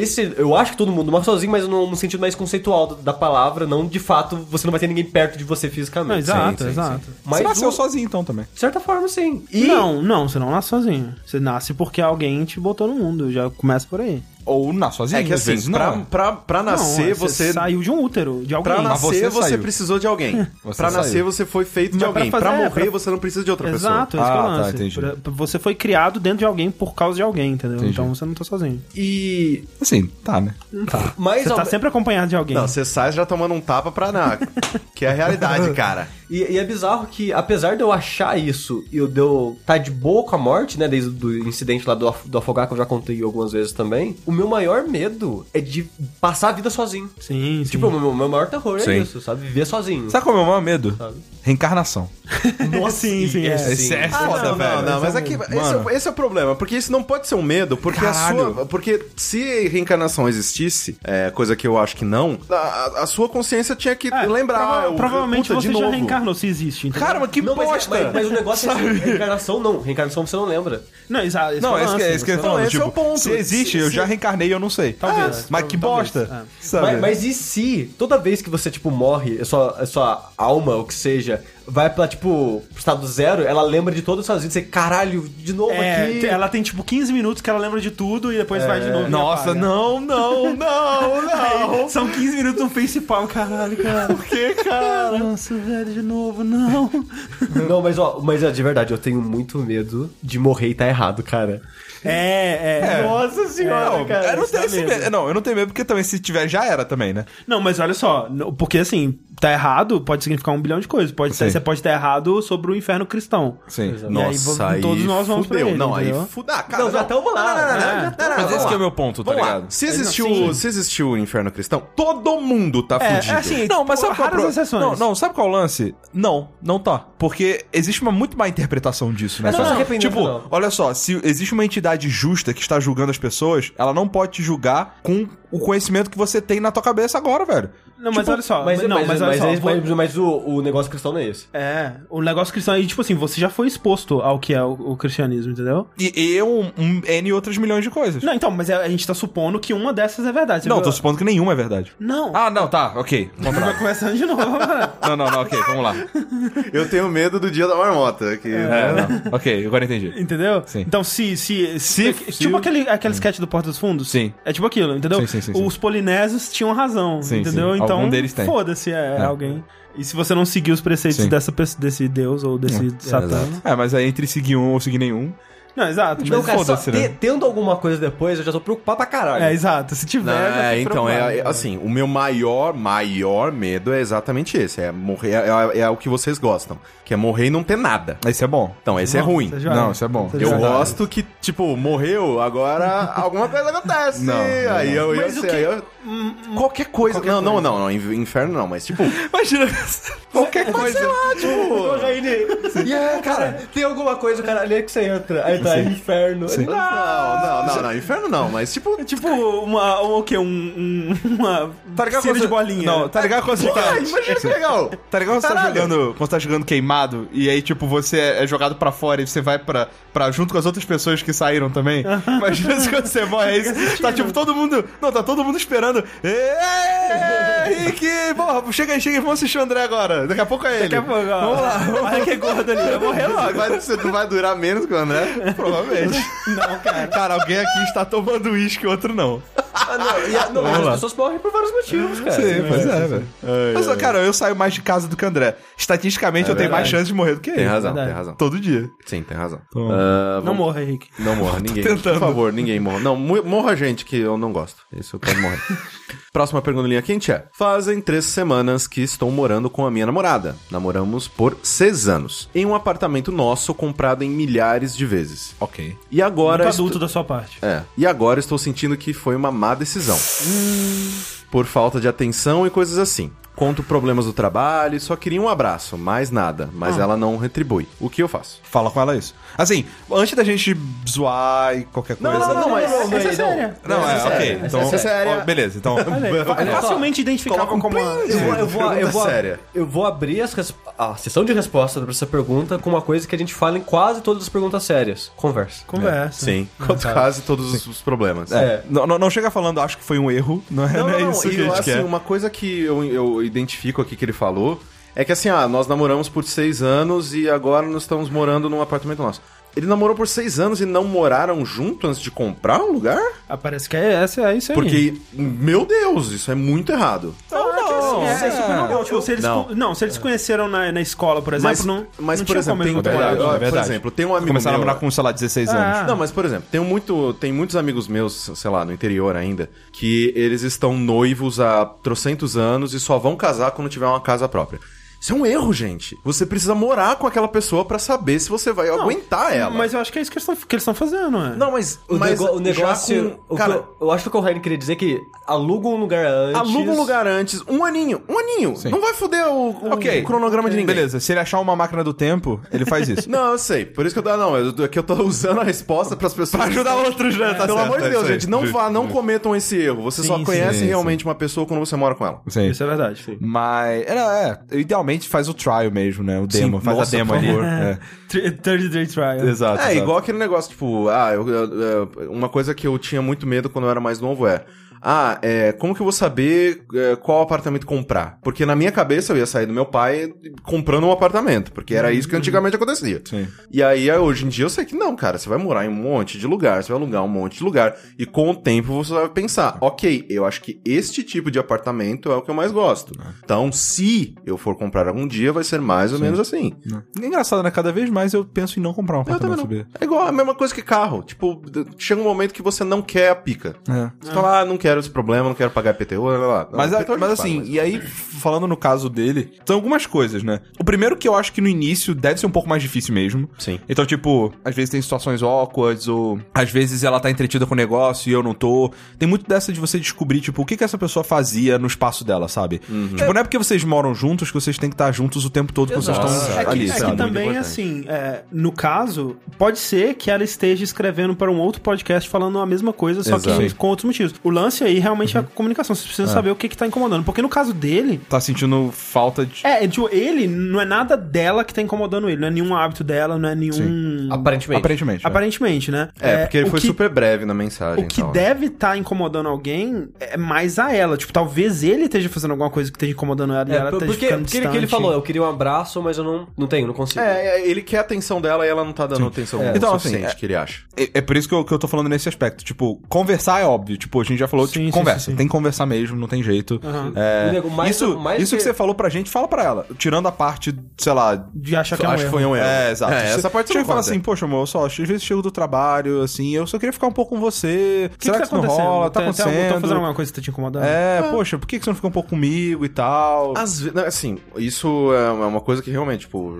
eu acho que todo mundo morre sozinho, mas no sentido mais conceitual da palavra, não de fato, você não vai ter ninguém perto de você fisicamente. Não, exato, sim, exato. Mas Você nasceu sozinho, então, também. de certa forma, sim. Não, você não nasce sozinho. Você nasce porque alguém te botou no mundo. Já começa por aí. Ou nasce sozinho, É que às assim, vezes não. pra nascer, Não, você... saiu de um útero, de alguém. Pra Mas nascer, você você saiu. precisou de alguém. Você Pra nascer, saiu. você foi feito de Mas pra alguém. fazer- Pra é, morrer, pra- você não precisa de outra Exato, esse que é o Ah, tá, lance. entendi. Você foi criado dentro de alguém por causa de alguém, entendeu? Entendi. Então você não tá sozinho. E. Assim, tá, né? Mas Você tá sempre acompanhado de alguém. Não, você sai já tomando um tapa pra nada. Que é a realidade, cara. E é bizarro que, apesar de eu achar isso e de eu tá de boa com a morte, né, desde o incidente lá do afogar, que eu já contei algumas vezes também, o meu maior medo é de passar a vida sozinho. Sim, sim. Tipo, o meu maior terror Sim. é isso, sabe? Viver sozinho. Sabe qual é o meu maior medo? Sabe? Reencarnação. Nossa, sim, é. Esse é foda, não, velho. não, mas aqui, esse é o problema, porque isso não pode ser um medo, porque porque se reencarnação existisse, coisa que eu acho que não, a sua consciência tinha que lembrar. Provavelmente puta, você de já novo. reencarnou, se existe. Entendeu? Cara, mas que Não, bosta! mas o negócio é assim, reencarnação não. Reencarnação você não lembra. Não, exato. Não, é isso que eu tô falando. esse é Tipo, o ponto. se existe, eu já reencarnei e eu não sei. Talvez. Mas que Talvez. bosta. Sabe? Mas e se toda vez que você, tipo, morre, a sua alma, ou que seja, vai pra, tipo, pro estado zero, ela lembra de todas as suas vidas, você, caralho, de novo aqui. Ela tem tipo 15 minutos que ela lembra de tudo e depois vai de novo. e Nossa, apaga. não. Aí, são 15 minutos no facepalm, caralho, cara. Por que, cara? Nossa, velho, de novo, não. Não, mas de verdade, eu tenho muito medo de morrer e tá errado, cara. Nossa senhora, cara. Eu não isso dá tenho esse medo. Não, eu não tenho medo porque também se tiver já era também, né? Não, mas olha só, porque assim, tá errado pode significar 1 bilhão de coisas. Você pode estar errado sobre o inferno cristão. Sim. Nossa, aí todos nós vamos pra fudeu. ele, não, aí entendeu? fudeu. Ah, cara, Não, já estamos lá. Mas esse que é o meu ponto, tá Vamos lá. ligado? Se existiu o inferno cristão, todo mundo tá fudido. assim, Não, mas sabe qual é o raras exceções. Não, sabe qual é o lance? Não tá. Porque existe uma muito má interpretação disso, né? Não, cara? não, arrependimento Tipo, não. olha só, se existe uma entidade justa que está julgando as pessoas, ela não pode te julgar com o conhecimento que você tem na tua cabeça agora, velho. Não, mas olha só. Mas olha só. mas o negócio cristão não é esse. O negócio cristão aí, tipo assim, você já foi exposto ao que é o cristianismo, entendeu? E N outras milhões de coisas. Não, então, mas a gente tá supondo que uma dessas é verdade. Você Não, viu? tô supondo que nenhuma é verdade. Não. Ah, não, tá, ok. Vai começando de novo. Não, ok, vamos lá. Eu tenho medo do dia da marmota. Que, Não. Ok, agora entendi. Entendeu? Sim. Então, tipo aquele sketch do Porta dos Fundos? Sim. É tipo aquilo, entendeu? Sim. Os polinésios tinham razão, Sim, entendeu? sim. algum deles tem. Foda-se, alguém. E se você não seguir os preceitos desse deus ou desse satã... Mas aí entre seguir um ou seguir nenhum... Não, exato. Não, Mas cara, foda-se, né? Tendo alguma coisa depois, eu já tô preocupado pra caralho. Exato. Se tiver, já fico então, preocupado. assim, o meu maior medo é exatamente esse. É morrer, é o que vocês gostam. Que é morrer e não ter nada. Esse é bom. Então, esse é ruim. Não, isso é bom. Eu gosto que, tipo, morreu, agora alguma coisa acontece. Aí eu sei. Qualquer coisa. Não, inferno não, mas tipo. Imagina, qualquer coisa. Sei lá, tipo. Cara, tem alguma coisa, cara, ali que você entra. Aí tá, inferno. Não, inferno não, mas tipo. Tipo, uma piscina de bolinha. Não, tá ligado quando você tá... Imagina que legal. Tá ligado quando você tá jogando queimado e aí, tipo, você é jogado pra fora e você vai pra junto com as outras pessoas que saíram também? Imagina se quando você morre, é isso. Tá tipo todo mundo... Não, tá todo mundo esperando. Rick! Porra, chega aí, vamos assistir o André agora. Daqui a pouco é ele. Daqui a pouco, vamos lá. Olha que gordo ali, vai morrer logo. Você vai durar menos que o André? Provavelmente. Não, cara. Cara, alguém aqui está tomando uísque, outro não. Mas as pessoas morrem por vários motivos, cara. Sim, pois é, velho. Mas, cara, eu saio mais de casa do que o André. Estatisticamente, eu tenho mais chance de morrer do que ele. Tem razão. Todo dia. Sim, tem razão. Não morra, Henrique. Não morra, ninguém. Tentando. Por favor, ninguém morra. Não, morra gente que eu não gosto. Isso eu quero morrer. Próxima pergunta linha quente é: fazem 3 semanas que estou morando com a minha namorada. Namoramos por 6 anos. Em um apartamento nosso comprado em milhares de vezes. Ok. E agora... Muito adulto da sua parte. E agora estou sentindo que foi uma má decisão. Por falta de atenção e coisas assim. Conto problemas do trabalho e só queria um abraço, mais nada. Mas ela não retribui. O que eu faço? Fala com ela isso. Assim, antes da gente zoar e qualquer coisa... Essa é séria. Não, ok. Então, essa é séria. Beleza, então... É facilmente identificável como uma... Eu vou abrir a sessão de resposta pra essa pergunta com uma coisa que a gente fala em quase todas as perguntas sérias. Conversa. Sim, quase todos os problemas. Não chega falando, acho que foi um erro. Não é isso que a gente quer. Uma coisa que eu identifico aqui que ele falou é que assim, nós namoramos por 6 anos e agora nós estamos morando num apartamento nosso. Ele namorou por 6 anos e não moraram junto antes de comprar um lugar? Parece que é isso aí. Porque, meu Deus, isso é muito errado. Se eles se conheceram na escola, por exemplo, mas não por exemplo, por exemplo, tem um amigo Começaram a meu... namorar com, sei lá, 16 anos. Não, mas por exemplo, tem muitos amigos meus, sei lá, no interior ainda, que eles estão noivos há trocentos anos e só vão casar quando tiver uma casa própria. Isso é um erro, gente. Você precisa morar com aquela pessoa pra saber se você vai aguentar ela. Mas eu acho que é isso que eles estão fazendo, né? Não, mas o negócio... eu acho que o Ryan queria dizer que aluga um lugar antes. Um aninho. Sim. Não vai foder o cronograma de ninguém. Beleza, se ele achar uma máquina do tempo, ele faz isso. Não, eu sei. Por isso que eu tô usando a resposta pras pessoas. Pra ajudar outros, né? Pelo amor de Deus, gente, não cometam esse erro. Você só conhece realmente uma pessoa quando você mora com ela. Sim. Isso é verdade. Sim. Mas, idealmente faz o trial mesmo, né? O demo, faz a demo ali. 30 Day Trial. Exato. Igual aquele negócio, tipo, uma coisa que eu tinha muito medo quando eu era mais novo como que eu vou saber qual apartamento comprar? Porque na minha cabeça eu ia sair do meu pai comprando um apartamento, porque era isso que antigamente acontecia. Sim. E aí, hoje em dia, eu sei que não, cara, você vai morar em um monte de lugar, você vai alugar um monte de lugar, e com o tempo você vai pensar, ok, eu acho que este tipo de apartamento é o que eu mais gosto. Então, se eu for comprar algum dia, vai ser mais ou menos assim. É engraçado, né? Cada vez mais eu penso em não comprar um apartamento. É igual a mesma coisa que carro. Tipo, chega um momento que você não quer a pica. Você fala, não quero esse problema, não quero pagar IPTU, Mas assim, e aí, falando no caso dele, são algumas coisas, né? O primeiro que eu acho que no início deve ser um pouco mais difícil mesmo. Sim. Então, tipo, às vezes tem situações awkward, ou às vezes ela tá entretida com o negócio e eu não tô. Tem muito dessa de você descobrir, tipo, o que essa pessoa fazia no espaço dela, sabe? Tipo, não é porque vocês moram juntos que vocês têm que estar juntos o tempo todo que vocês estão ali, sabe? É que também, assim, no caso, pode ser que ela esteja escrevendo para um outro podcast falando a mesma coisa, só que com outros motivos. O lance aí realmente é a comunicação. Você precisa saber o que tá incomodando. Porque no caso dele... Tá sentindo falta de... tipo, ele não é nada dela que tá incomodando ele. Não é nenhum hábito dela, não é nenhum... Sim. Aparentemente, né? Porque ele foi super breve na mensagem. O que deve estar incomodando alguém é mais a ela. Tipo, talvez ele esteja fazendo alguma coisa que esteja incomodando ela e ela esteja ficando distante. Porque ele falou, eu queria um abraço, mas eu não consigo. Ele quer a atenção dela e ela não tá dando atenção então, suficiente que ele acha. É por isso que eu tô falando nesse aspecto. Tipo, conversar é óbvio. Tipo, a gente já falou Sim, conversa. sim. Tem que conversar mesmo, não tem jeito. Isso que você falou pra gente, fala pra ela. Tirando a parte, sei lá... De achar que é um Acho que foi um erro. Exato. Essa parte você não fala conta. assim, poxa, amor, às vezes chego do trabalho, assim, eu só queria ficar um pouco com você. Será que isso não rola? Tá acontecendo? Tô fazendo alguma coisa que tá te incomodando? Poxa, por que você não fica um pouco comigo e tal? Às vezes, assim, isso é uma coisa que realmente, tipo,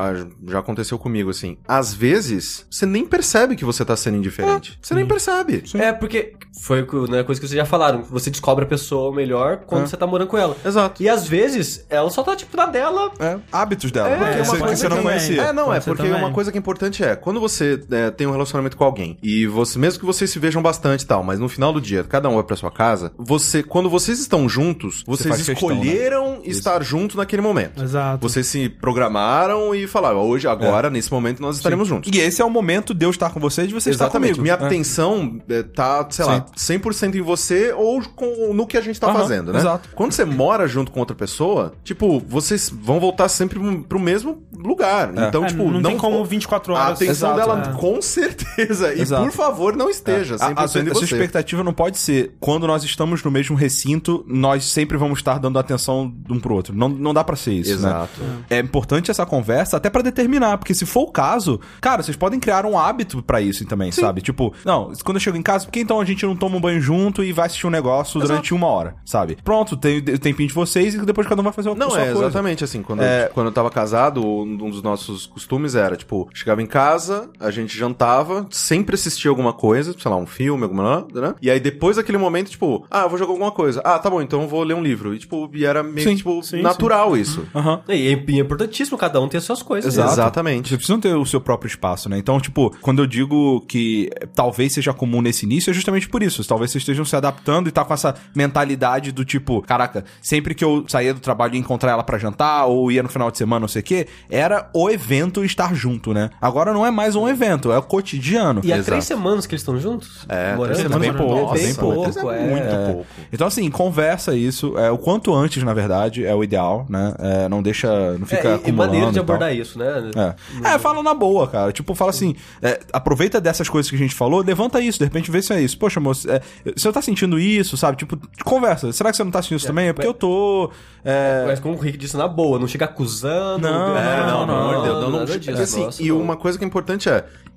já aconteceu comigo, assim. Às vezes, você nem percebe que você tá sendo indiferente. Você nem percebe. Porque foi a coisa que vocês já falaram. Você descobre a pessoa melhor quando você tá morando com ela. Exato. E às vezes, ela só tá, tipo, na dela. Hábitos dela. Porque Porque você não conhecia. Porque também. uma coisa que é importante é, quando você tem um relacionamento com alguém, e você, mesmo que vocês se vejam bastante e tal, mas no final do dia, cada um vai pra sua casa, quando vocês estão juntos, vocês faz questão, escolheram estar junto naquele momento. Exato. Vocês se programaram e falaram, hoje, agora, nesse momento, nós estaremos juntos. E esse é o momento de eu estar com você e de você estar Exatamente. comigo. Minha atenção tá, sei lá, 100% em você ou no que a gente tá fazendo, né? Exato. Quando você mora junto com outra pessoa, tipo, vocês vão voltar sempre pro mesmo lugar. Então, tipo, não tem como 24 horas. A atenção Exato, dela, com certeza. E, Exato. por favor, não esteja 100% A sua em você. expectativa não pode ser, quando nós estamos no mesmo recinto, nós sempre vamos estar dando atenção de um pro outro. Não dá pra ser isso, Exato. né? É importante essa conversa até pra determinar, porque se for o caso, cara, vocês podem criar um hábito pra isso também, sabe? Tipo, não, quando eu chego em casa, por que então a gente não toma um banho junto e vai assistir um negócio durante 1 hora, sabe? Pronto, tem o tempinho de vocês e depois cada um vai fazer uma coisa. Exatamente assim. Quando eu tava casado, um dos nossos costumes era, tipo, chegava em casa, a gente jantava, sempre assistia alguma coisa, sei lá, um filme, alguma, né? E aí depois daquele momento, tipo, eu vou jogar alguma coisa. Tá bom, então eu vou ler um livro. E, tipo, era meio, natural isso. E é importantíssimo cada um ter as suas coisas. Exatamente. Vocês precisam ter o seu próprio espaço, né? Então, tipo, quando eu digo que talvez seja comum nesse início, é justamente por isso. Talvez vocês estejam se adaptando e tá com essa mentalidade do tipo, caraca, sempre que eu saía do trabalho e ia encontrar ela pra jantar, ou ia no final de semana, não sei o quê, era o evento estar junto, né? Agora não é mais um evento, é o cotidiano. E há 3 semanas que eles estão juntos? 3 semanas bem pouco, bem pouco. Muito pouco. Então, assim, conversa isso. O quanto antes, na verdade, é o ideal, né? Não fica acumulando. E maneira de abordar isso, né? Fala na boa, cara. Tipo, fala assim, aproveita dessas coisas que a gente falou, levanta isso, de repente vê se é isso. Poxa, moço, você tá sentindo isso, sabe? Tipo, conversa. Será que você não tá sentindo isso também? É porque eu tô... Mas como o Rick disse, na boa, não chega acusando. Não, pelo amor de Deus. Nada disso. Assim, e uma coisa que é importante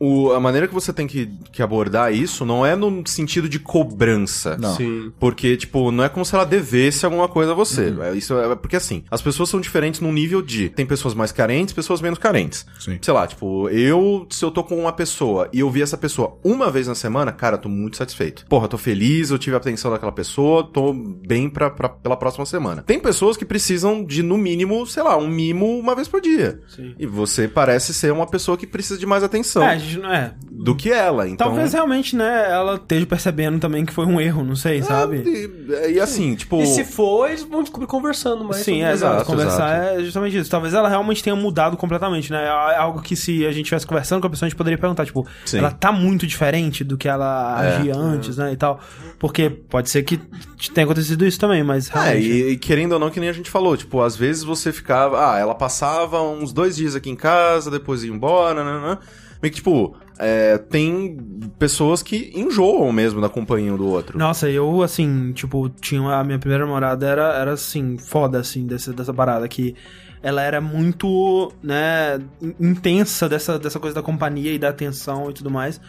a maneira que você tem que abordar isso não é no sentido de cobrança. Não. Sim. Porque, tipo, não é como se ela devesse alguma coisa a você. Isso porque, assim, as pessoas são diferentes num nível de... Tem pessoas mais carentes, pessoas menos carentes. Sim. Sei lá, tipo, se eu tô com uma pessoa e eu vi essa pessoa uma vez na semana, cara, eu tô muito satisfeito. Porra, tô feliz, eu tive a atenção daquela pessoa, tô bem pela próxima semana. Tem pessoas que precisam de, no mínimo, sei lá, um mimo uma vez por dia. Sim. E você parece ser uma pessoa que precisa de mais atenção A gente não é. do que ela. Então, Talvez realmente, né, ela esteja percebendo também que foi um erro, não sei, sabe? E assim, tipo... E se for, eles vão descobrir conversando mais. Sim, sobre exato. Exato, Conversar exato. é justamente isso. Talvez ela realmente tenha mudado completamente, né? É algo que se a gente estivesse conversando com a pessoa, a gente poderia perguntar, tipo, Sim. ela tá muito diferente do que ela agia antes, né, e tal. Porque pode ser que tenha acontecido isso também, mas realmente... E querendo ou não, que nem a gente falou, tipo, às vezes você ficava... ela passava uns 2 dias aqui em casa, depois ia embora, né? Meio que, tipo... tem pessoas que enjoam mesmo da companhia um do outro. Nossa, eu, assim, tipo, a minha primeira namorada era assim, foda, assim, dessa parada, que ela era muito, né, intensa dessa coisa da companhia e da atenção e tudo mais.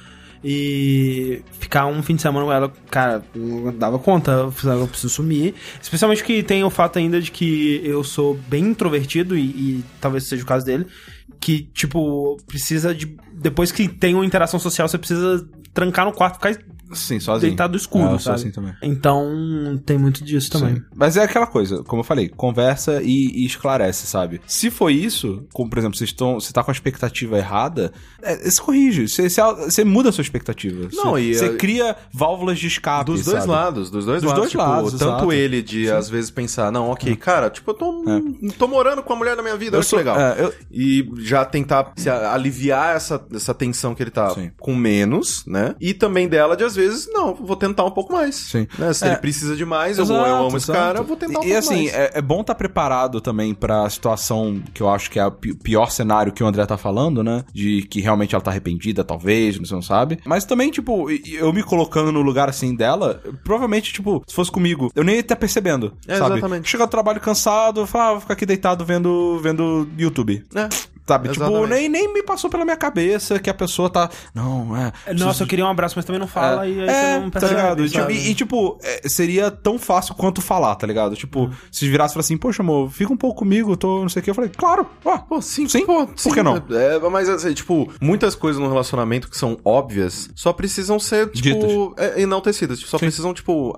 E ficar um fim de semana com ela, cara, não dava conta, eu preciso sumir. Especialmente que tem o fato ainda de que eu sou bem introvertido, e talvez seja o caso dele, que, tipo, precisa de... Depois que tem uma interação social, você precisa trancar no quarto, ficar Sim, sozinho. deitado escuro, eu sou sabe? assim também. Então, tem muito disso também. Sim. Mas é aquela coisa, como eu falei, conversa e esclarece, sabe? Se for isso, como por exemplo, você tá com a expectativa errada, você corrige, você muda a sua expectativa. Não, você cria válvulas de escape, Dos dois sabe? lados, dos dois Dos lados. dois Tipo, lados, tanto exato. ele de, às vezes, pensar, não, ok, cara, tipo, eu tô morando com a mulher da minha vida, olha que legal. E já tentar aliviar essa tensão que ele tá Sim. com menos, né? E também dela de, às vezes, não, vou tentar um pouco mais. Sim. Né? Se ele precisa de mais, eu amo esse cara, eu vou tentar um pouco mais. E assim, é bom estar preparado também pra situação que eu acho que é o pior cenário que o André tá falando, né? De que realmente ela tá arrependida, talvez, você não sabe. Mas também, tipo, eu me colocando no lugar assim dela, provavelmente, tipo, se fosse comigo, eu nem ia estar percebendo, sabe? Exatamente. Chega do trabalho cansado, vou ficar aqui deitado vendo YouTube. Sabe, tipo, nem me passou pela minha cabeça que a pessoa tá... Não, Nossa, eu queria um abraço, mas também não fala, e aí você não percebe. Tá ligado? Sabe? Tipo, seria tão fácil quanto falar, tá ligado? Tipo, se virasse e falasse assim, poxa, amor, fica um pouco comigo, tô não sei o que. Eu falei, claro, pô, sim, por que não? Mas, assim, tipo, muitas coisas no relacionamento que são óbvias só precisam ser, tipo, enaltecidas. Só precisam, tipo,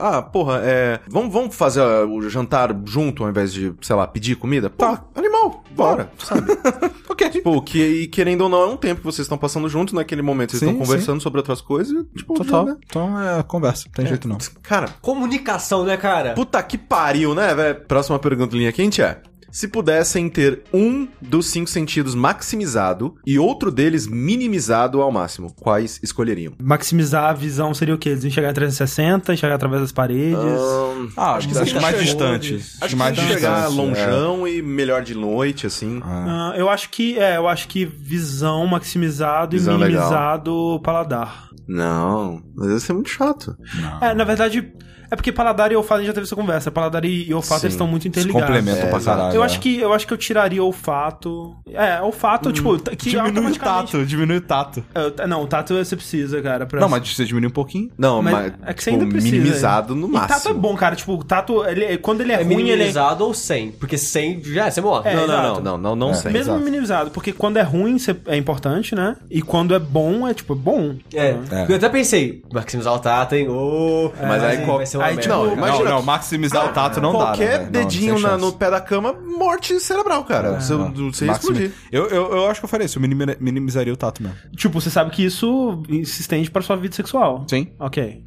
vamos fazer o jantar junto ao invés de, sei lá, pedir comida? Pô, animal, bora, sabe? Ok. Tipo, querendo ou não, é um tempo que vocês estão passando juntos, naquele momento vocês estão conversando sobre outras coisas, tipo, total. né? Então conversa, não tem jeito não. Cara, Comunicação, né, cara? puta que pariu, né, velho? Próxima pergunta, linha quente é: se pudessem ter um dos 5 sentidos maximizado e outro deles minimizado ao máximo, quais escolheriam? Maximizar a visão seria o quê? Enxergar 360, enxergar através das paredes. Acho que mais distante. Acho que mais chegar longeão e melhor de noite, assim. Eu acho que visão maximizado Visão e minimizado paladar. Não, mas ia ser muito chato. Na verdade, é porque paladar e olfato, a gente já teve essa conversa. Paladar e olfato, eles estão muito interligados. Complementam pra caralho. Eu acho que eu tiraria olfato. Olfato, tipo... que diminui o tato. Não, o tato você precisa, cara. Não, mas você diminui um pouquinho. Não, mas é que você tipo, ainda precisa. minimizado no máximo. E tato é bom, cara. Tipo, o tato, quando ele é ruim, minimizado ou 100? Porque 100 já você morre. Não sei. Mesmo minimizado, porque quando é ruim é importante, né? E quando é bom, é bom. Eu até pensei, maximizar o tato, hein? Mas aí vai ser uma merda. não, imagina. Não, maximizar o tato não dá. Qualquer né? dedinho no pé da cama, morte cerebral, cara. Você ia explodir. Eu acho que eu faria isso, eu minimizaria o tato mesmo. Tipo, você sabe que isso se estende pra sua vida sexual. Sim. Ok.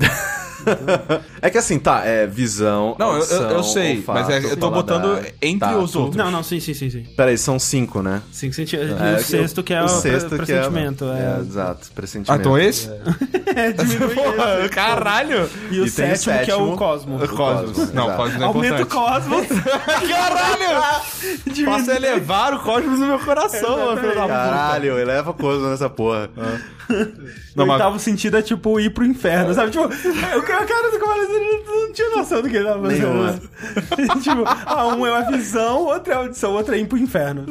É que assim, visão. Não, audição, eu sei, olfato, mas eu tô paladar, botando entre os outros. Não, sim. Peraí, são 5, né? 5 sentidos. E o sexto que é o pressentimento. Exato, pressentimento. Então esse? Diminui Porra, caralho! E o sétimo, que é o cosmos. O cosmos. Não, o cosmos é Aumenta o importante. cosmos. Caralho! Posso elevar o cosmos no meu coração, meu filho da puta. Caralho, eleva o cosmos nessa porra. O oitavo sentido é tipo ir pro inferno, sabe? Tipo, o cara do Cavaleiro não tinha noção do que ele tava fazendo. Tipo, um é a visão, outro é a audição, outro é ir pro inferno.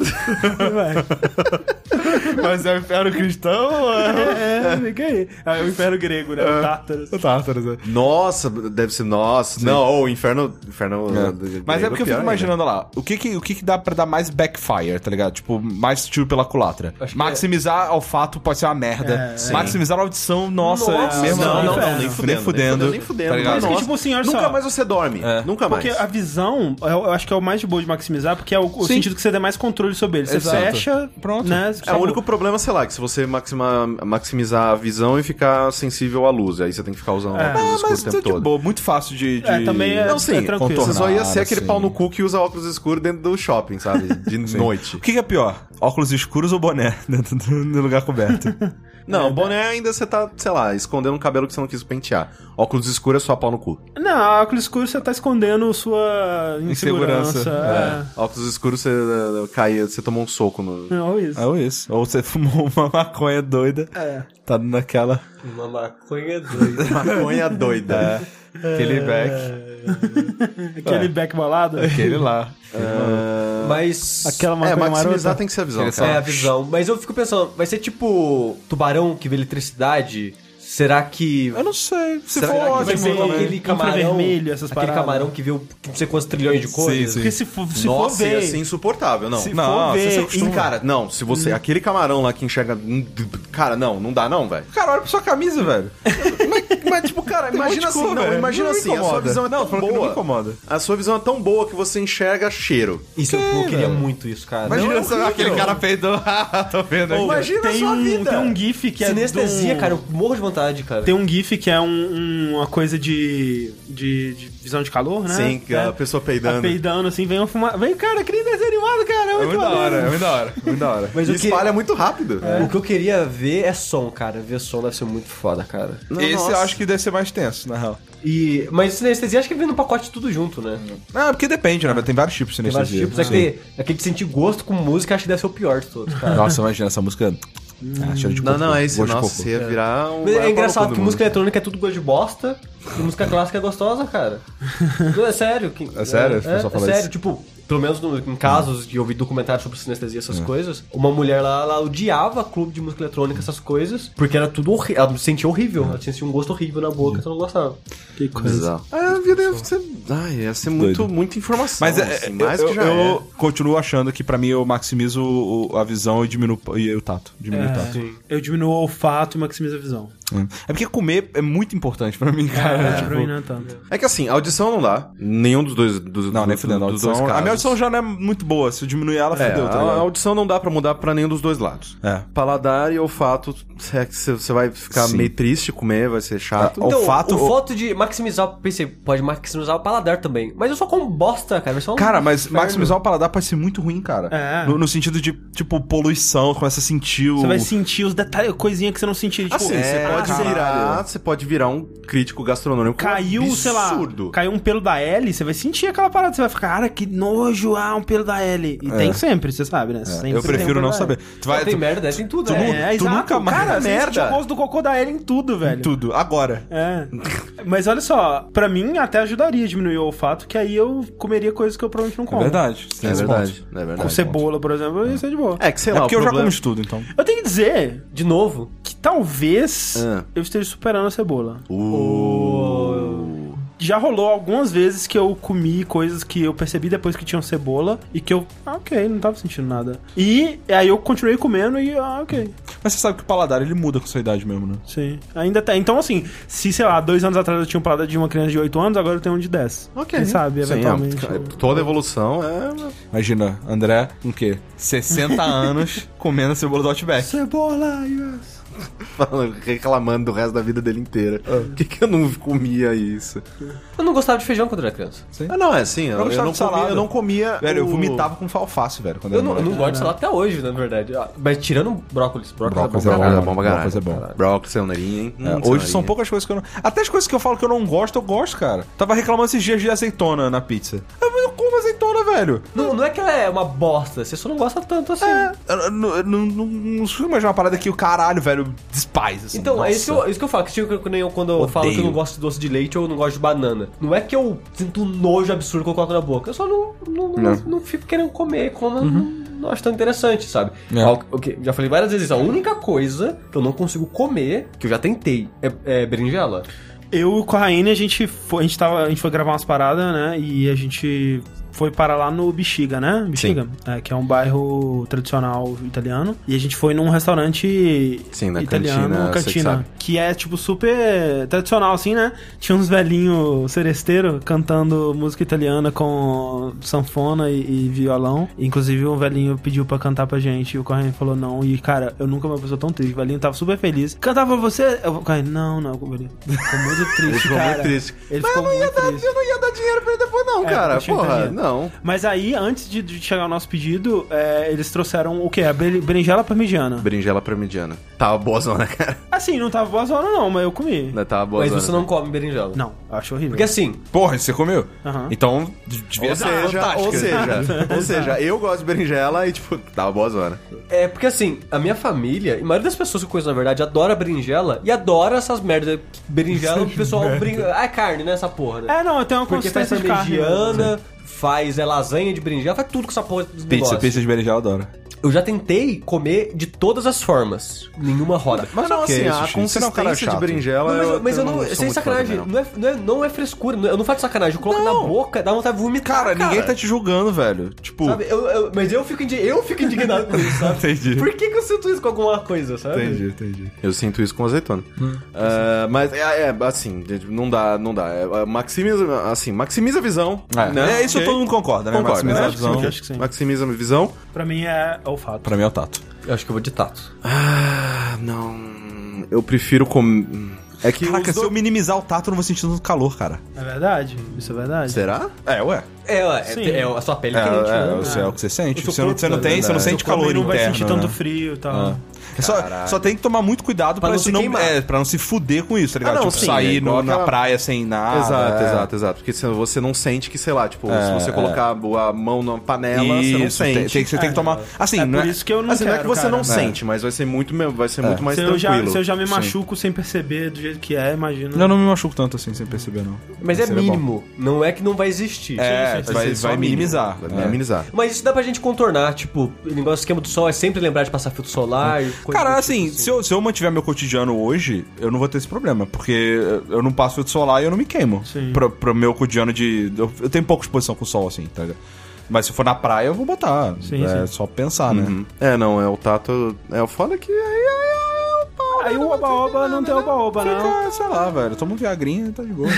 Mas é o inferno cristão? Fica aí. É o inferno grego, né? O Tártaros. O Tártaros, Nossa, deve ser. Nossa. Não, o inferno. Mas é porque eu fico imaginando lá. O que dá pra dar mais backfire, tá ligado? Tipo, mais tiro pela culatra. Maximizar olfato pode ser uma merda. Maximizar a audição, nossa. Nem fudendo. Tá ligado? Mas que, tipo assim, olha só. Nunca mais você dorme. Nunca mais. Porque a visão, eu acho que é o mais de boa de maximizar, porque é o sentido que você tem mais controle sobre ele. Você fecha, pronto. Né? O único problema, sei lá, que se você maximizar a visão e ficar sensível à luz, aí você tem que ficar usando óculos escuros o tempo todo. Boa, muito fácil de também não, sim, tranquilo. Você só ia ser aquele pau no cu que usa óculos escuros dentro do shopping, sabe? De noite. O que é pior? Óculos escuros ou boné dentro do lugar coberto? Não, boné ainda você tá, sei lá, escondendo um cabelo que você não quis pentear. Óculos escuros é só pau no cu. Não, óculos escuros você tá escondendo sua insegurança. Óculos escuros você tomou um soco no... Ou isso. Ou você fumou uma maconha doida. Tá naquela... Uma maconha doida. Maconha doida. Aquele back. Aquele back bolado? Aquele lá. Mas... Aquela maconha maximizar marota? tem que ser a visão. A visão. Mas eu fico pensando, vai ser tipo tubarão que vê eletricidade? Será que... Eu não sei. Se Será for que ótimo, vai ser também. aquele camarão vermelho, essas aquele paradas. camarão que viu não sei quantos trilhões de coisas? Porque se for Nossa, ver... ia ser insuportável, não. Se Não, for você se ver... acostuma. Cara, não, se você... Aquele camarão lá que enxerga... Cara, não dá não, velho. Cara, olha pra sua camisa, velho. Mas, tipo, cara, imagina assim, cor, não, velho. imagina Não me assim, a sua incomoda. visão é Não, tão falando que não me boa. incomoda. A sua visão é tão boa que você enxerga cheiro. Isso eu queria muito isso, cara. Imagina Não, é só horrível. aquele cara peidou. Tô vendo aqui. Imagina a Tem sua vida. tem um gif que é Sinestesia, de um- cara, eu morro de vontade, cara. Tem um gif que é uma coisa de visão de calor, né? Sim, que a pessoa Tá peidando. peidando, assim, vem uma fumaça. Vem, cara, que nem desenho animado, cara. É muito da maneiro. hora, é muito da hora. Muito da hora. Mas E o que, espalha muito rápido. o que eu queria ver é som, cara. Ver som deve ser muito foda, cara. Esse Nossa. eu acho que deve ser mais tenso, na real. Mas sinestesia acho que vem no pacote tudo junto, né? Ah, porque depende, né? Tem vários tipos de Tem vários sinestesia. tipos. Aquele de sentir gosto com música acho que deve ser o pior de todos, cara. Nossa, imagina essa música. Cheiro de Não, cocô, não, é isso. gosto de Nossa, cocô. você ia virar um... Mas é engraçado maluco que do música mundo. eletrônica é tudo gosto de bosta e música clássica é gostosa, cara. Não, é sério. É sério? As pessoas falam sério. isso? Tipo, pelo menos em casos de ouvir documentários sobre sinestesia, essas coisas, uma mulher lá, ela odiava clube de música eletrônica, essas coisas, porque era tudo horrível. Ela se sentia horrível. Ela sentia um gosto horrível na boca, então ela não gostava. Que coisa. Exato. A vida ia ser... Ai, ia ser muito, Doido. muita informação. Mas assim, mais que já eu continuo achando que pra mim eu maximizo a visão e diminuo o tato. Diminuo o tato. Eu diminuo o olfato e maximizo a visão. É porque comer é muito importante pra mim, cara. Pra mim não é tanto. É que assim, a audição não dá. Nenhum dos dois... Não, nem fudendo. dos dois A minha casos. audição já não é muito boa. Se eu diminuir ela, fudeu, tá a ligado? audição não dá pra mudar pra nenhum dos dois lados. É. Paladar e olfato, você vai ficar Sim. meio triste comer, vai ser chato. Então, Olfato, Olfato- o fato de maximizar, pensei, pode maximizar o paladar também. Mas eu só como bosta, cara. Só um Cara, mas inferno. maximizar o paladar pode ser muito ruim, cara. É. No sentido de, tipo, poluição, começa a sentir o... Você vai sentir os detalhes, coisinha que você não sentia. Tipo, Assim, você pode virar um crítico gastronômico caiu, sei lá, absurdo. caiu um pelo da L, você vai sentir aquela parada, você vai ficar, cara, que nojo, um pelo da L. E tem sempre, você sabe, né? Sempre Eu tem um prefiro pelo não da saber. L. Tu vai... Tem tu- merda dessa em tudo, tu né? tu exato. nunca mais- Cara, você merda. sente o gosto do cocô da L em tudo, velho. Tudo. Agora. É. Mas olha só, pra mim até ajudaria a diminuir o olfato, que aí eu comeria coisas que eu provavelmente não É como. verdade. É verdade, é verdade. Com cebola, por exemplo, ia ser de boa. É que sei É lá, porque o eu já problema... como de tudo, então. Eu tenho que dizer De novo. que talvez Ah. eu esteja superando a cebola. Já rolou algumas vezes que eu comi coisas que eu percebi depois que tinham cebola e que eu, ok, não tava sentindo nada. E aí eu continuei comendo e, ok, Mas você sabe que o paladar, ele muda com a sua idade mesmo, né? sim. Ainda tem. Então, assim, se, sei lá, 2 anos atrás eu tinha um paladar de uma criança de 8 anos, agora eu tenho um de 10. Ok. Quem sabe, Sim, eventualmente. toda evolução é... Imagina, André, com o quê? 60 anos comendo a cebola do Outback. Cebola, yes. reclamando do resto da vida dele inteira. Por que eu não comia isso? Eu não gostava de feijão quando era criança. Ah, não, é assim, eu gostava não de salada. comia, eu não comia... Velho, eu o- vomitava com alface, velho, quando Eu era não moleque. gosto de salada até hoje, na verdade. Mas tirando brócolis. Brócolis é é bom. bom. Brócolis é bom pra caralho. Brócolis é bom. Brócolis, cenourinha, hein? Hoje Cenourinha. são poucas coisas que eu não... Até as coisas que eu falo que eu não gosto, eu gosto, cara. Tava reclamando esses dias de azeitona na pizza. Eu como azeitona, velho. Não é que ela é uma bosta, você só não gosta tanto assim. Não sei mais uma parada que o caralho, velho, despais, assim. Então, é Nossa. isso que eu falo. Que tipo, nem eu, quando eu falo que eu não gosto de doce de leite ou eu não gosto de banana. Não é que eu sinto um nojo absurdo que eu coloco na boca. Eu só não fico querendo comer quando não acho tão interessante, sabe? É. O que já falei várias vezes, a única coisa que eu não consigo comer, que eu já tentei, é berinjela. Eu com a Raine, a gente foi gravar umas paradas, né? E a gente foi para lá no Bexiga, né? Bexiga, que é um bairro tradicional italiano. E a gente foi num restaurante Sim, na italiano, cantina, você que cantina, sabe. que é tipo super tradicional, assim, né? Tinha uns velhinhos seresteiros cantando música italiana com sanfona e violão. Inclusive, um velhinho pediu pra cantar pra gente e o Corrêa falou não. E, cara, eu nunca vi uma pessoa tão triste. O velhinho tava super feliz. Cantava pra você? Eu falei, não, velhinho. Ficou muito triste, Ele ficou cara. muito triste. Ele Mas ficou eu muito triste. não ia dar dinheiro pra ele depois não, cara. porque tinha Porra, dinheiro. não. Mas aí, antes de chegar o nosso pedido, eles trouxeram o quê? A berinjela parmegiana. Berinjela parmegiana. Tava boazona, cara. Assim, não tava boa zona não, mas eu comi. Tava Mas boazona. você não come berinjela. Não, eu acho horrível. Porque assim, Porra, você comeu? Aham. Então, devia ser fantástica. Ou seja, eu gosto de berinjela e, tipo, tava boazona. porque assim, a minha família, e a maioria das pessoas que eu conheço, na verdade, adora berinjela e adora essas merdas. Berinjela, o pessoal brinca. Ah, é carne, né? Essa porra, né? Não, eu tenho uma Porque faz consistência de carne. parmegiana, faz lasanha de berinjela, faz tudo com essa porra dos negócios. Pizza de berinjela, adoro. Eu já tentei comer de todas as formas. Nenhuma roda. Mas não, ok, assim, a Sushi, você não é um cara consistência de chato. berinjela... Mas eu não. sou Sem muito fã sacanagem, também, não. não é frescura, eu não faço sacanagem, eu coloco na boca, dá vontade de vomitar, Cara, ninguém tá te julgando, velho. Tipo... Sabe, mas eu fico indignado com isso, sabe? Entendi. Por que eu sinto isso com alguma coisa, sabe? Entendi. Eu sinto isso com azeitona. Mas assim, não dá. Maximiza a visão. Né? Isso todo mundo concorda, né? Concordo, Maximizar a acho que visão. sim. Acho que sim. Maximiza a visão. Pra mim é olfato. Pra mim é o tato. Eu acho que eu vou de tato. Não. Eu prefiro É que Caraca, se eu minimizar o tato, eu não vou sentir tanto calor, cara. É verdade? Isso é verdade? Será? Ué. A sua pele quente, né? É o que você sente. O seu Você não corpo, você não sente calor não interno, vai sentir tanto né? frio e tal. Só tem que tomar muito cuidado pra não isso se queimar. pra não se fuder com isso, tá ligado? Ah, não, tipo, sim, sair igual na aquela- praia sem nada. Exato. Porque se você não sente que, sei lá, tipo, se você colocar a mão na panela, você não Isso, sente. você tem que tomar... Assim, É não por isso que eu não Assim, quero, não é que você cara. não sente, mas vai ser muito mais tranquilo. Se eu já me machuco sem perceber do jeito que é, imagina. Eu não me machuco tanto assim, sem perceber, não. Mas é Seria mínimo, não é que não vai existir. sim, vai só minimizar. mínimo, Vai minimizar. Mas isso dá pra gente contornar, tipo, o negócio do esquema do sol é sempre lembrar de passar filtro solar e coisa Cara, do assim, tipo, se eu mantiver meu cotidiano hoje, eu não vou ter esse problema, porque eu não passo filtro solar e eu não me queimo. Sim. Pro meu cotidiano de... Eu tenho pouca exposição com o sol, assim, tá ligado? Mas se for na praia, eu vou botar. Sim, É sim. só pensar, né? O tato... É o foda que Aí o oba-oba não tem oba-oba, não. Fica, sei lá, velho. Toma um viagrinha e tá de boa.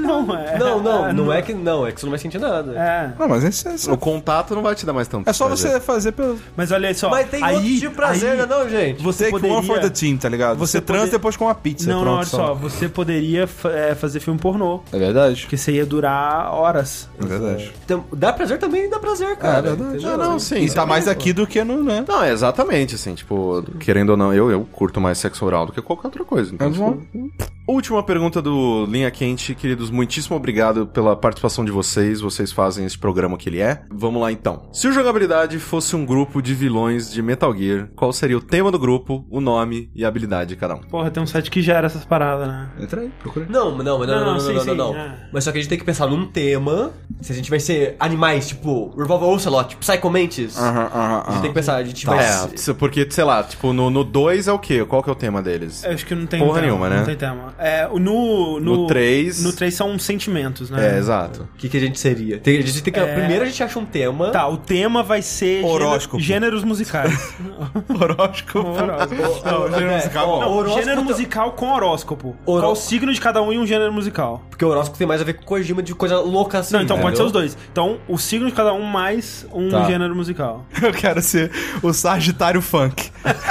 Não é que você não vai sentir nada. É. Não, mas esse o contato não vai te dar mais tanto é só prazer. você fazer pelo... Mas olha só. Mas tem aí, outro tipo de prazer, aí, né, não, gente? Você Take poderia... one for the team, tá ligado? Você transa poder- depois com uma pizza. Não, pronto, olha só. Você poderia fazer filme pornô. É verdade. Porque você ia durar horas. É verdade. Então, dá prazer também, dá prazer, cara. É verdade. Entendeu? Não, sim. E tá mais aqui do que no, né? Não, é exatamente, assim, tipo, querendo ou não, eu curto mais sexo oral do que qualquer outra coisa. Então, tipo, última pergunta do Linha Quente, queridos, muitíssimo obrigado pela participação de vocês fazem esse programa que ele é. Vamos lá então. Se o Jogabilidade fosse um grupo de vilões de Metal Gear, qual seria o tema do grupo, o nome e a habilidade de cada um? Porra, tem um site que gera essas paradas, né? Entra aí, procura. Não. Sim, Mas só que a gente tem que pensar num tema. Se a gente vai ser animais, tipo Revolver Ocelot, tipo Psycho Mantis. A gente tem que pensar, a gente vai ser... Porque, sei lá, tipo, no 2 é o quê? Qual que é o tema deles? Eu acho que não tem Porra tema, nenhuma, né? Não tem tema. No 3... No 3 são sentimentos, né? É, exato. O que a gente seria? A gente tem que... Primeiro a gente acha um tema. Tá, o tema vai ser Horóscopo. gêneros musicais. Horóscopo. Não, gênero musical bom. Não, horóscopo gênero tá- musical com horóscopo. Qual o signo de cada um e um gênero musical. Porque o horóscopo tem mais a ver com Kojima de coisa louca assim. Não, então pode ser entendeu? os dois. Então, o signo de cada um mais um Tá. gênero musical. Eu quero ser o Sagitário Funk.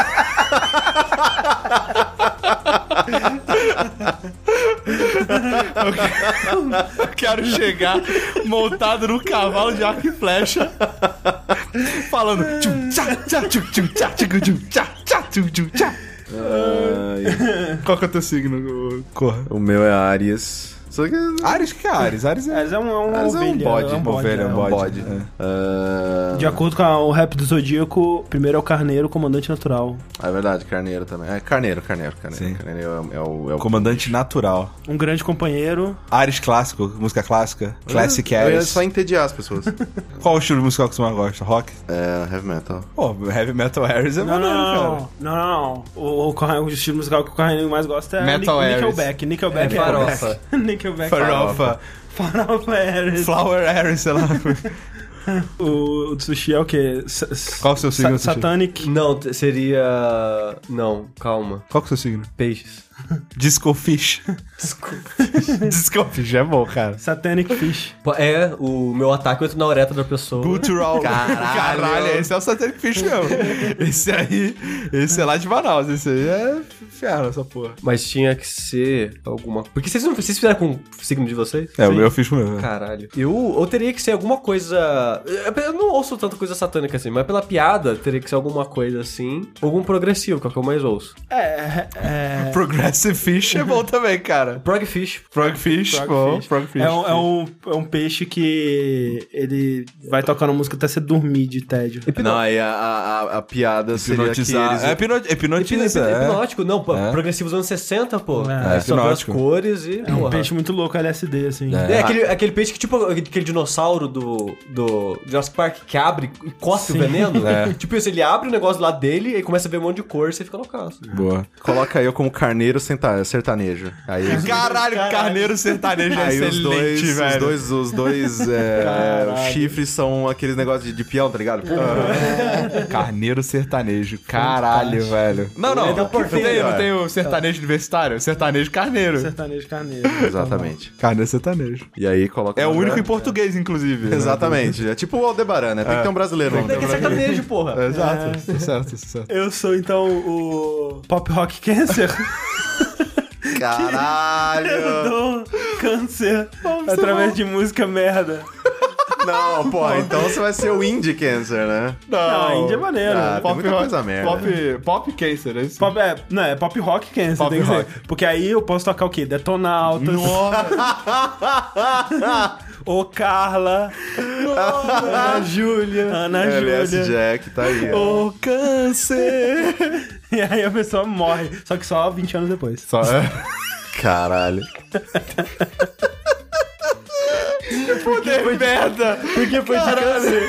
Eu quero chegar montado no cavalo de arco e flecha, falando tchum, tchá, tchá, tchum, tchum, tchá, tchum, tchum, tchá, tchá, tchum, tchum, tchá. Qual que é o teu signo, Corra? O meu é Áries. Só que... Ares, o que é Ares? Ares Ares é uma Ares é um ovelha. bode. É um bode, Ovelha, é um um bode. De acordo com o rap do Zodíaco, primeiro é o carneiro, comandante natural. É verdade, carneiro também. É carneiro. Sim. Carneiro é o Comandante natural. Um grande companheiro. Ares clássico, música clássica. Classic Eu ia Ares. só entediar as pessoas. Qual o estilo musical que você mais gosta? Rock? É, heavy metal. Pô, Heavy Metal Ares é maneiro, cara. Não. O estilo musical que o carneiro mais gosta é Metal Ares. Nickelback. Nickelback É farofa. Nickelback. Farofa. Farofa Ares. Flower Ares, sei lá. O Sushi é o quê? Qual o seu signo, Sushi? Satanic. Não, seria... Não, calma. Qual que é o seu signo? Peixes. Disco Fish. Disco Fish é bom, cara. Satanic Fish. É, o meu ataque entra na oreta da pessoa. Cultural. Caralho, esse é o Satanic Fish mesmo. Esse é lá de Manaus. Esse aí é ferro, essa porra. Mas tinha que ser alguma... Porque vocês fizeram com o signo de vocês? É, o meu fiz com o meu. Caralho. Eu teria que ser alguma coisa... Eu não ouço tanta coisa satânica assim, mas pela piada teria que ser alguma coisa assim. Algum progressivo, que é o que eu mais ouço. Progressive Fish é bom também, cara. Progfish. Frogfish, bom. Fish. Frogfish. É um peixe que ele vai tocando música até você dormir de tédio. Não, aí a piada seria que Hipnotizar. eles... Hipnotizar. Hipnótico, não, pô. É. Progressivos anos 60, pô. É, Só vê as hipnótico. cores e... É um peixe muito louco, LSD, assim. É aquele peixe que, tipo, aquele dinossauro do Jurassic Park que abre e cospe o veneno. É. Tipo isso, ele abre o negócio lá dele e começa a ver um monte de cor e você fica loucaço. Boa. Coloca eu como carneiro carneiro sertanejo. Aí Caralho, carneiro sertanejo é aí excelente, velho. os dois chifres são aqueles negócios de peão, tá ligado? Carneiro sertanejo. Caralho, velho. Não, Não tem o sertanejo universitário? Sertanejo carneiro. Sertanejo carneiro. Exatamente. Carneiro sertanejo. E aí coloca... É o único em português, inclusive. Exatamente. É tipo o Aldebaran, né? Tem que ter um brasileiro. Tem que ser sertanejo, porra. Exato. Tá certo. Eu sou, então, o Pop Rock Cancer. Caralho! Eu dou câncer através de música merda. Não, pô, então você vai ser o Indie Cancer, né? Não, a Índia é maneiro. Tem muita coisa merda. Pop Cancer, é isso? É Pop Rock Cancer, Pop tem que rock. ser. Porque aí eu posso tocar o quê? Detonautas. Ô Carla. Ana Júlia. LS Jack, tá aí. Ô câncer. E aí a pessoa morre. Só que só 20 anos depois. Só Caralho. Poder merda! Porque foi de câncer.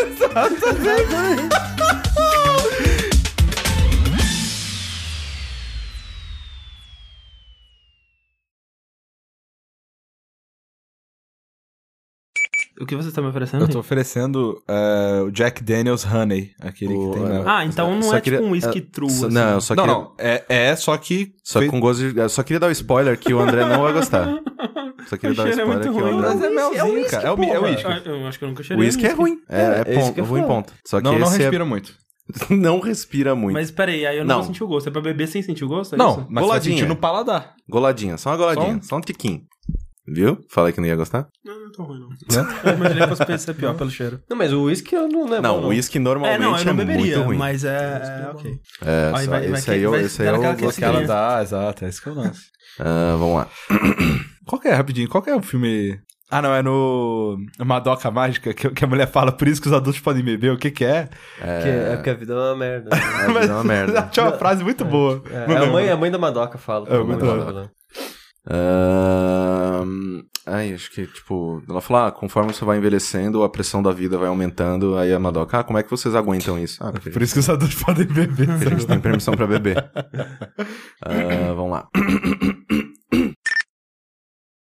O que você tá me oferecendo? Eu tô oferecendo o Jack Daniels Honey, aquele que tem na... Então não Só é queria- tipo um whisky true. assim. Não, eu só queria... Não, só que... Só com gosto de... Eu só queria dar o spoiler que o André não vai gostar. Só queria O dar o cheiro é spoiler muito que o ruim. André... Mas é melzinho, cara. É o whisky. Eu acho que eu nunca O cheirei. whisky é ruim. É isso que eu ruim falo. ponto. Só que Não esse respira muito. não respira muito. Mas peraí, aí eu não Não. vou sentir o gosto. É pra beber sem sentir o gosto? É Não, isso? mas vai Goladinha. sentir no paladar. Goladinha, só uma goladinha. Só um tiquinho. Viu? Falei que não ia gostar? Não tô ruim, não. Eu imaginei que fosse ser pior pelo cheiro. Não, mas o uísque eu não lembro. Não, o whisky normalmente não, eu não beberia, muito ruim. mas é ok. É, Aí só- vai- esse vai- aí eu vai esse aí dar eu aquela gostei. aquecidinha. Ela dá, exato. É isso que eu lance. Vamos lá. Rapidinho, qual que é o filme... Ah, não, é no Madoka Mágica, que a mulher fala, por isso que os adultos podem beber, o que que é? Porque a vida é uma merda. A vida é uma merda. Tinha uma frase muito boa. Não lembro. A mãe da Madoka fala. muito bom. Acho que, tipo, ela falou, conforme você vai envelhecendo, a pressão da vida vai aumentando, aí a Madoka, como é que vocês aguentam isso? Porque Por isso que os adultos podem beber. a gente tem permissão pra beber. Vamos lá.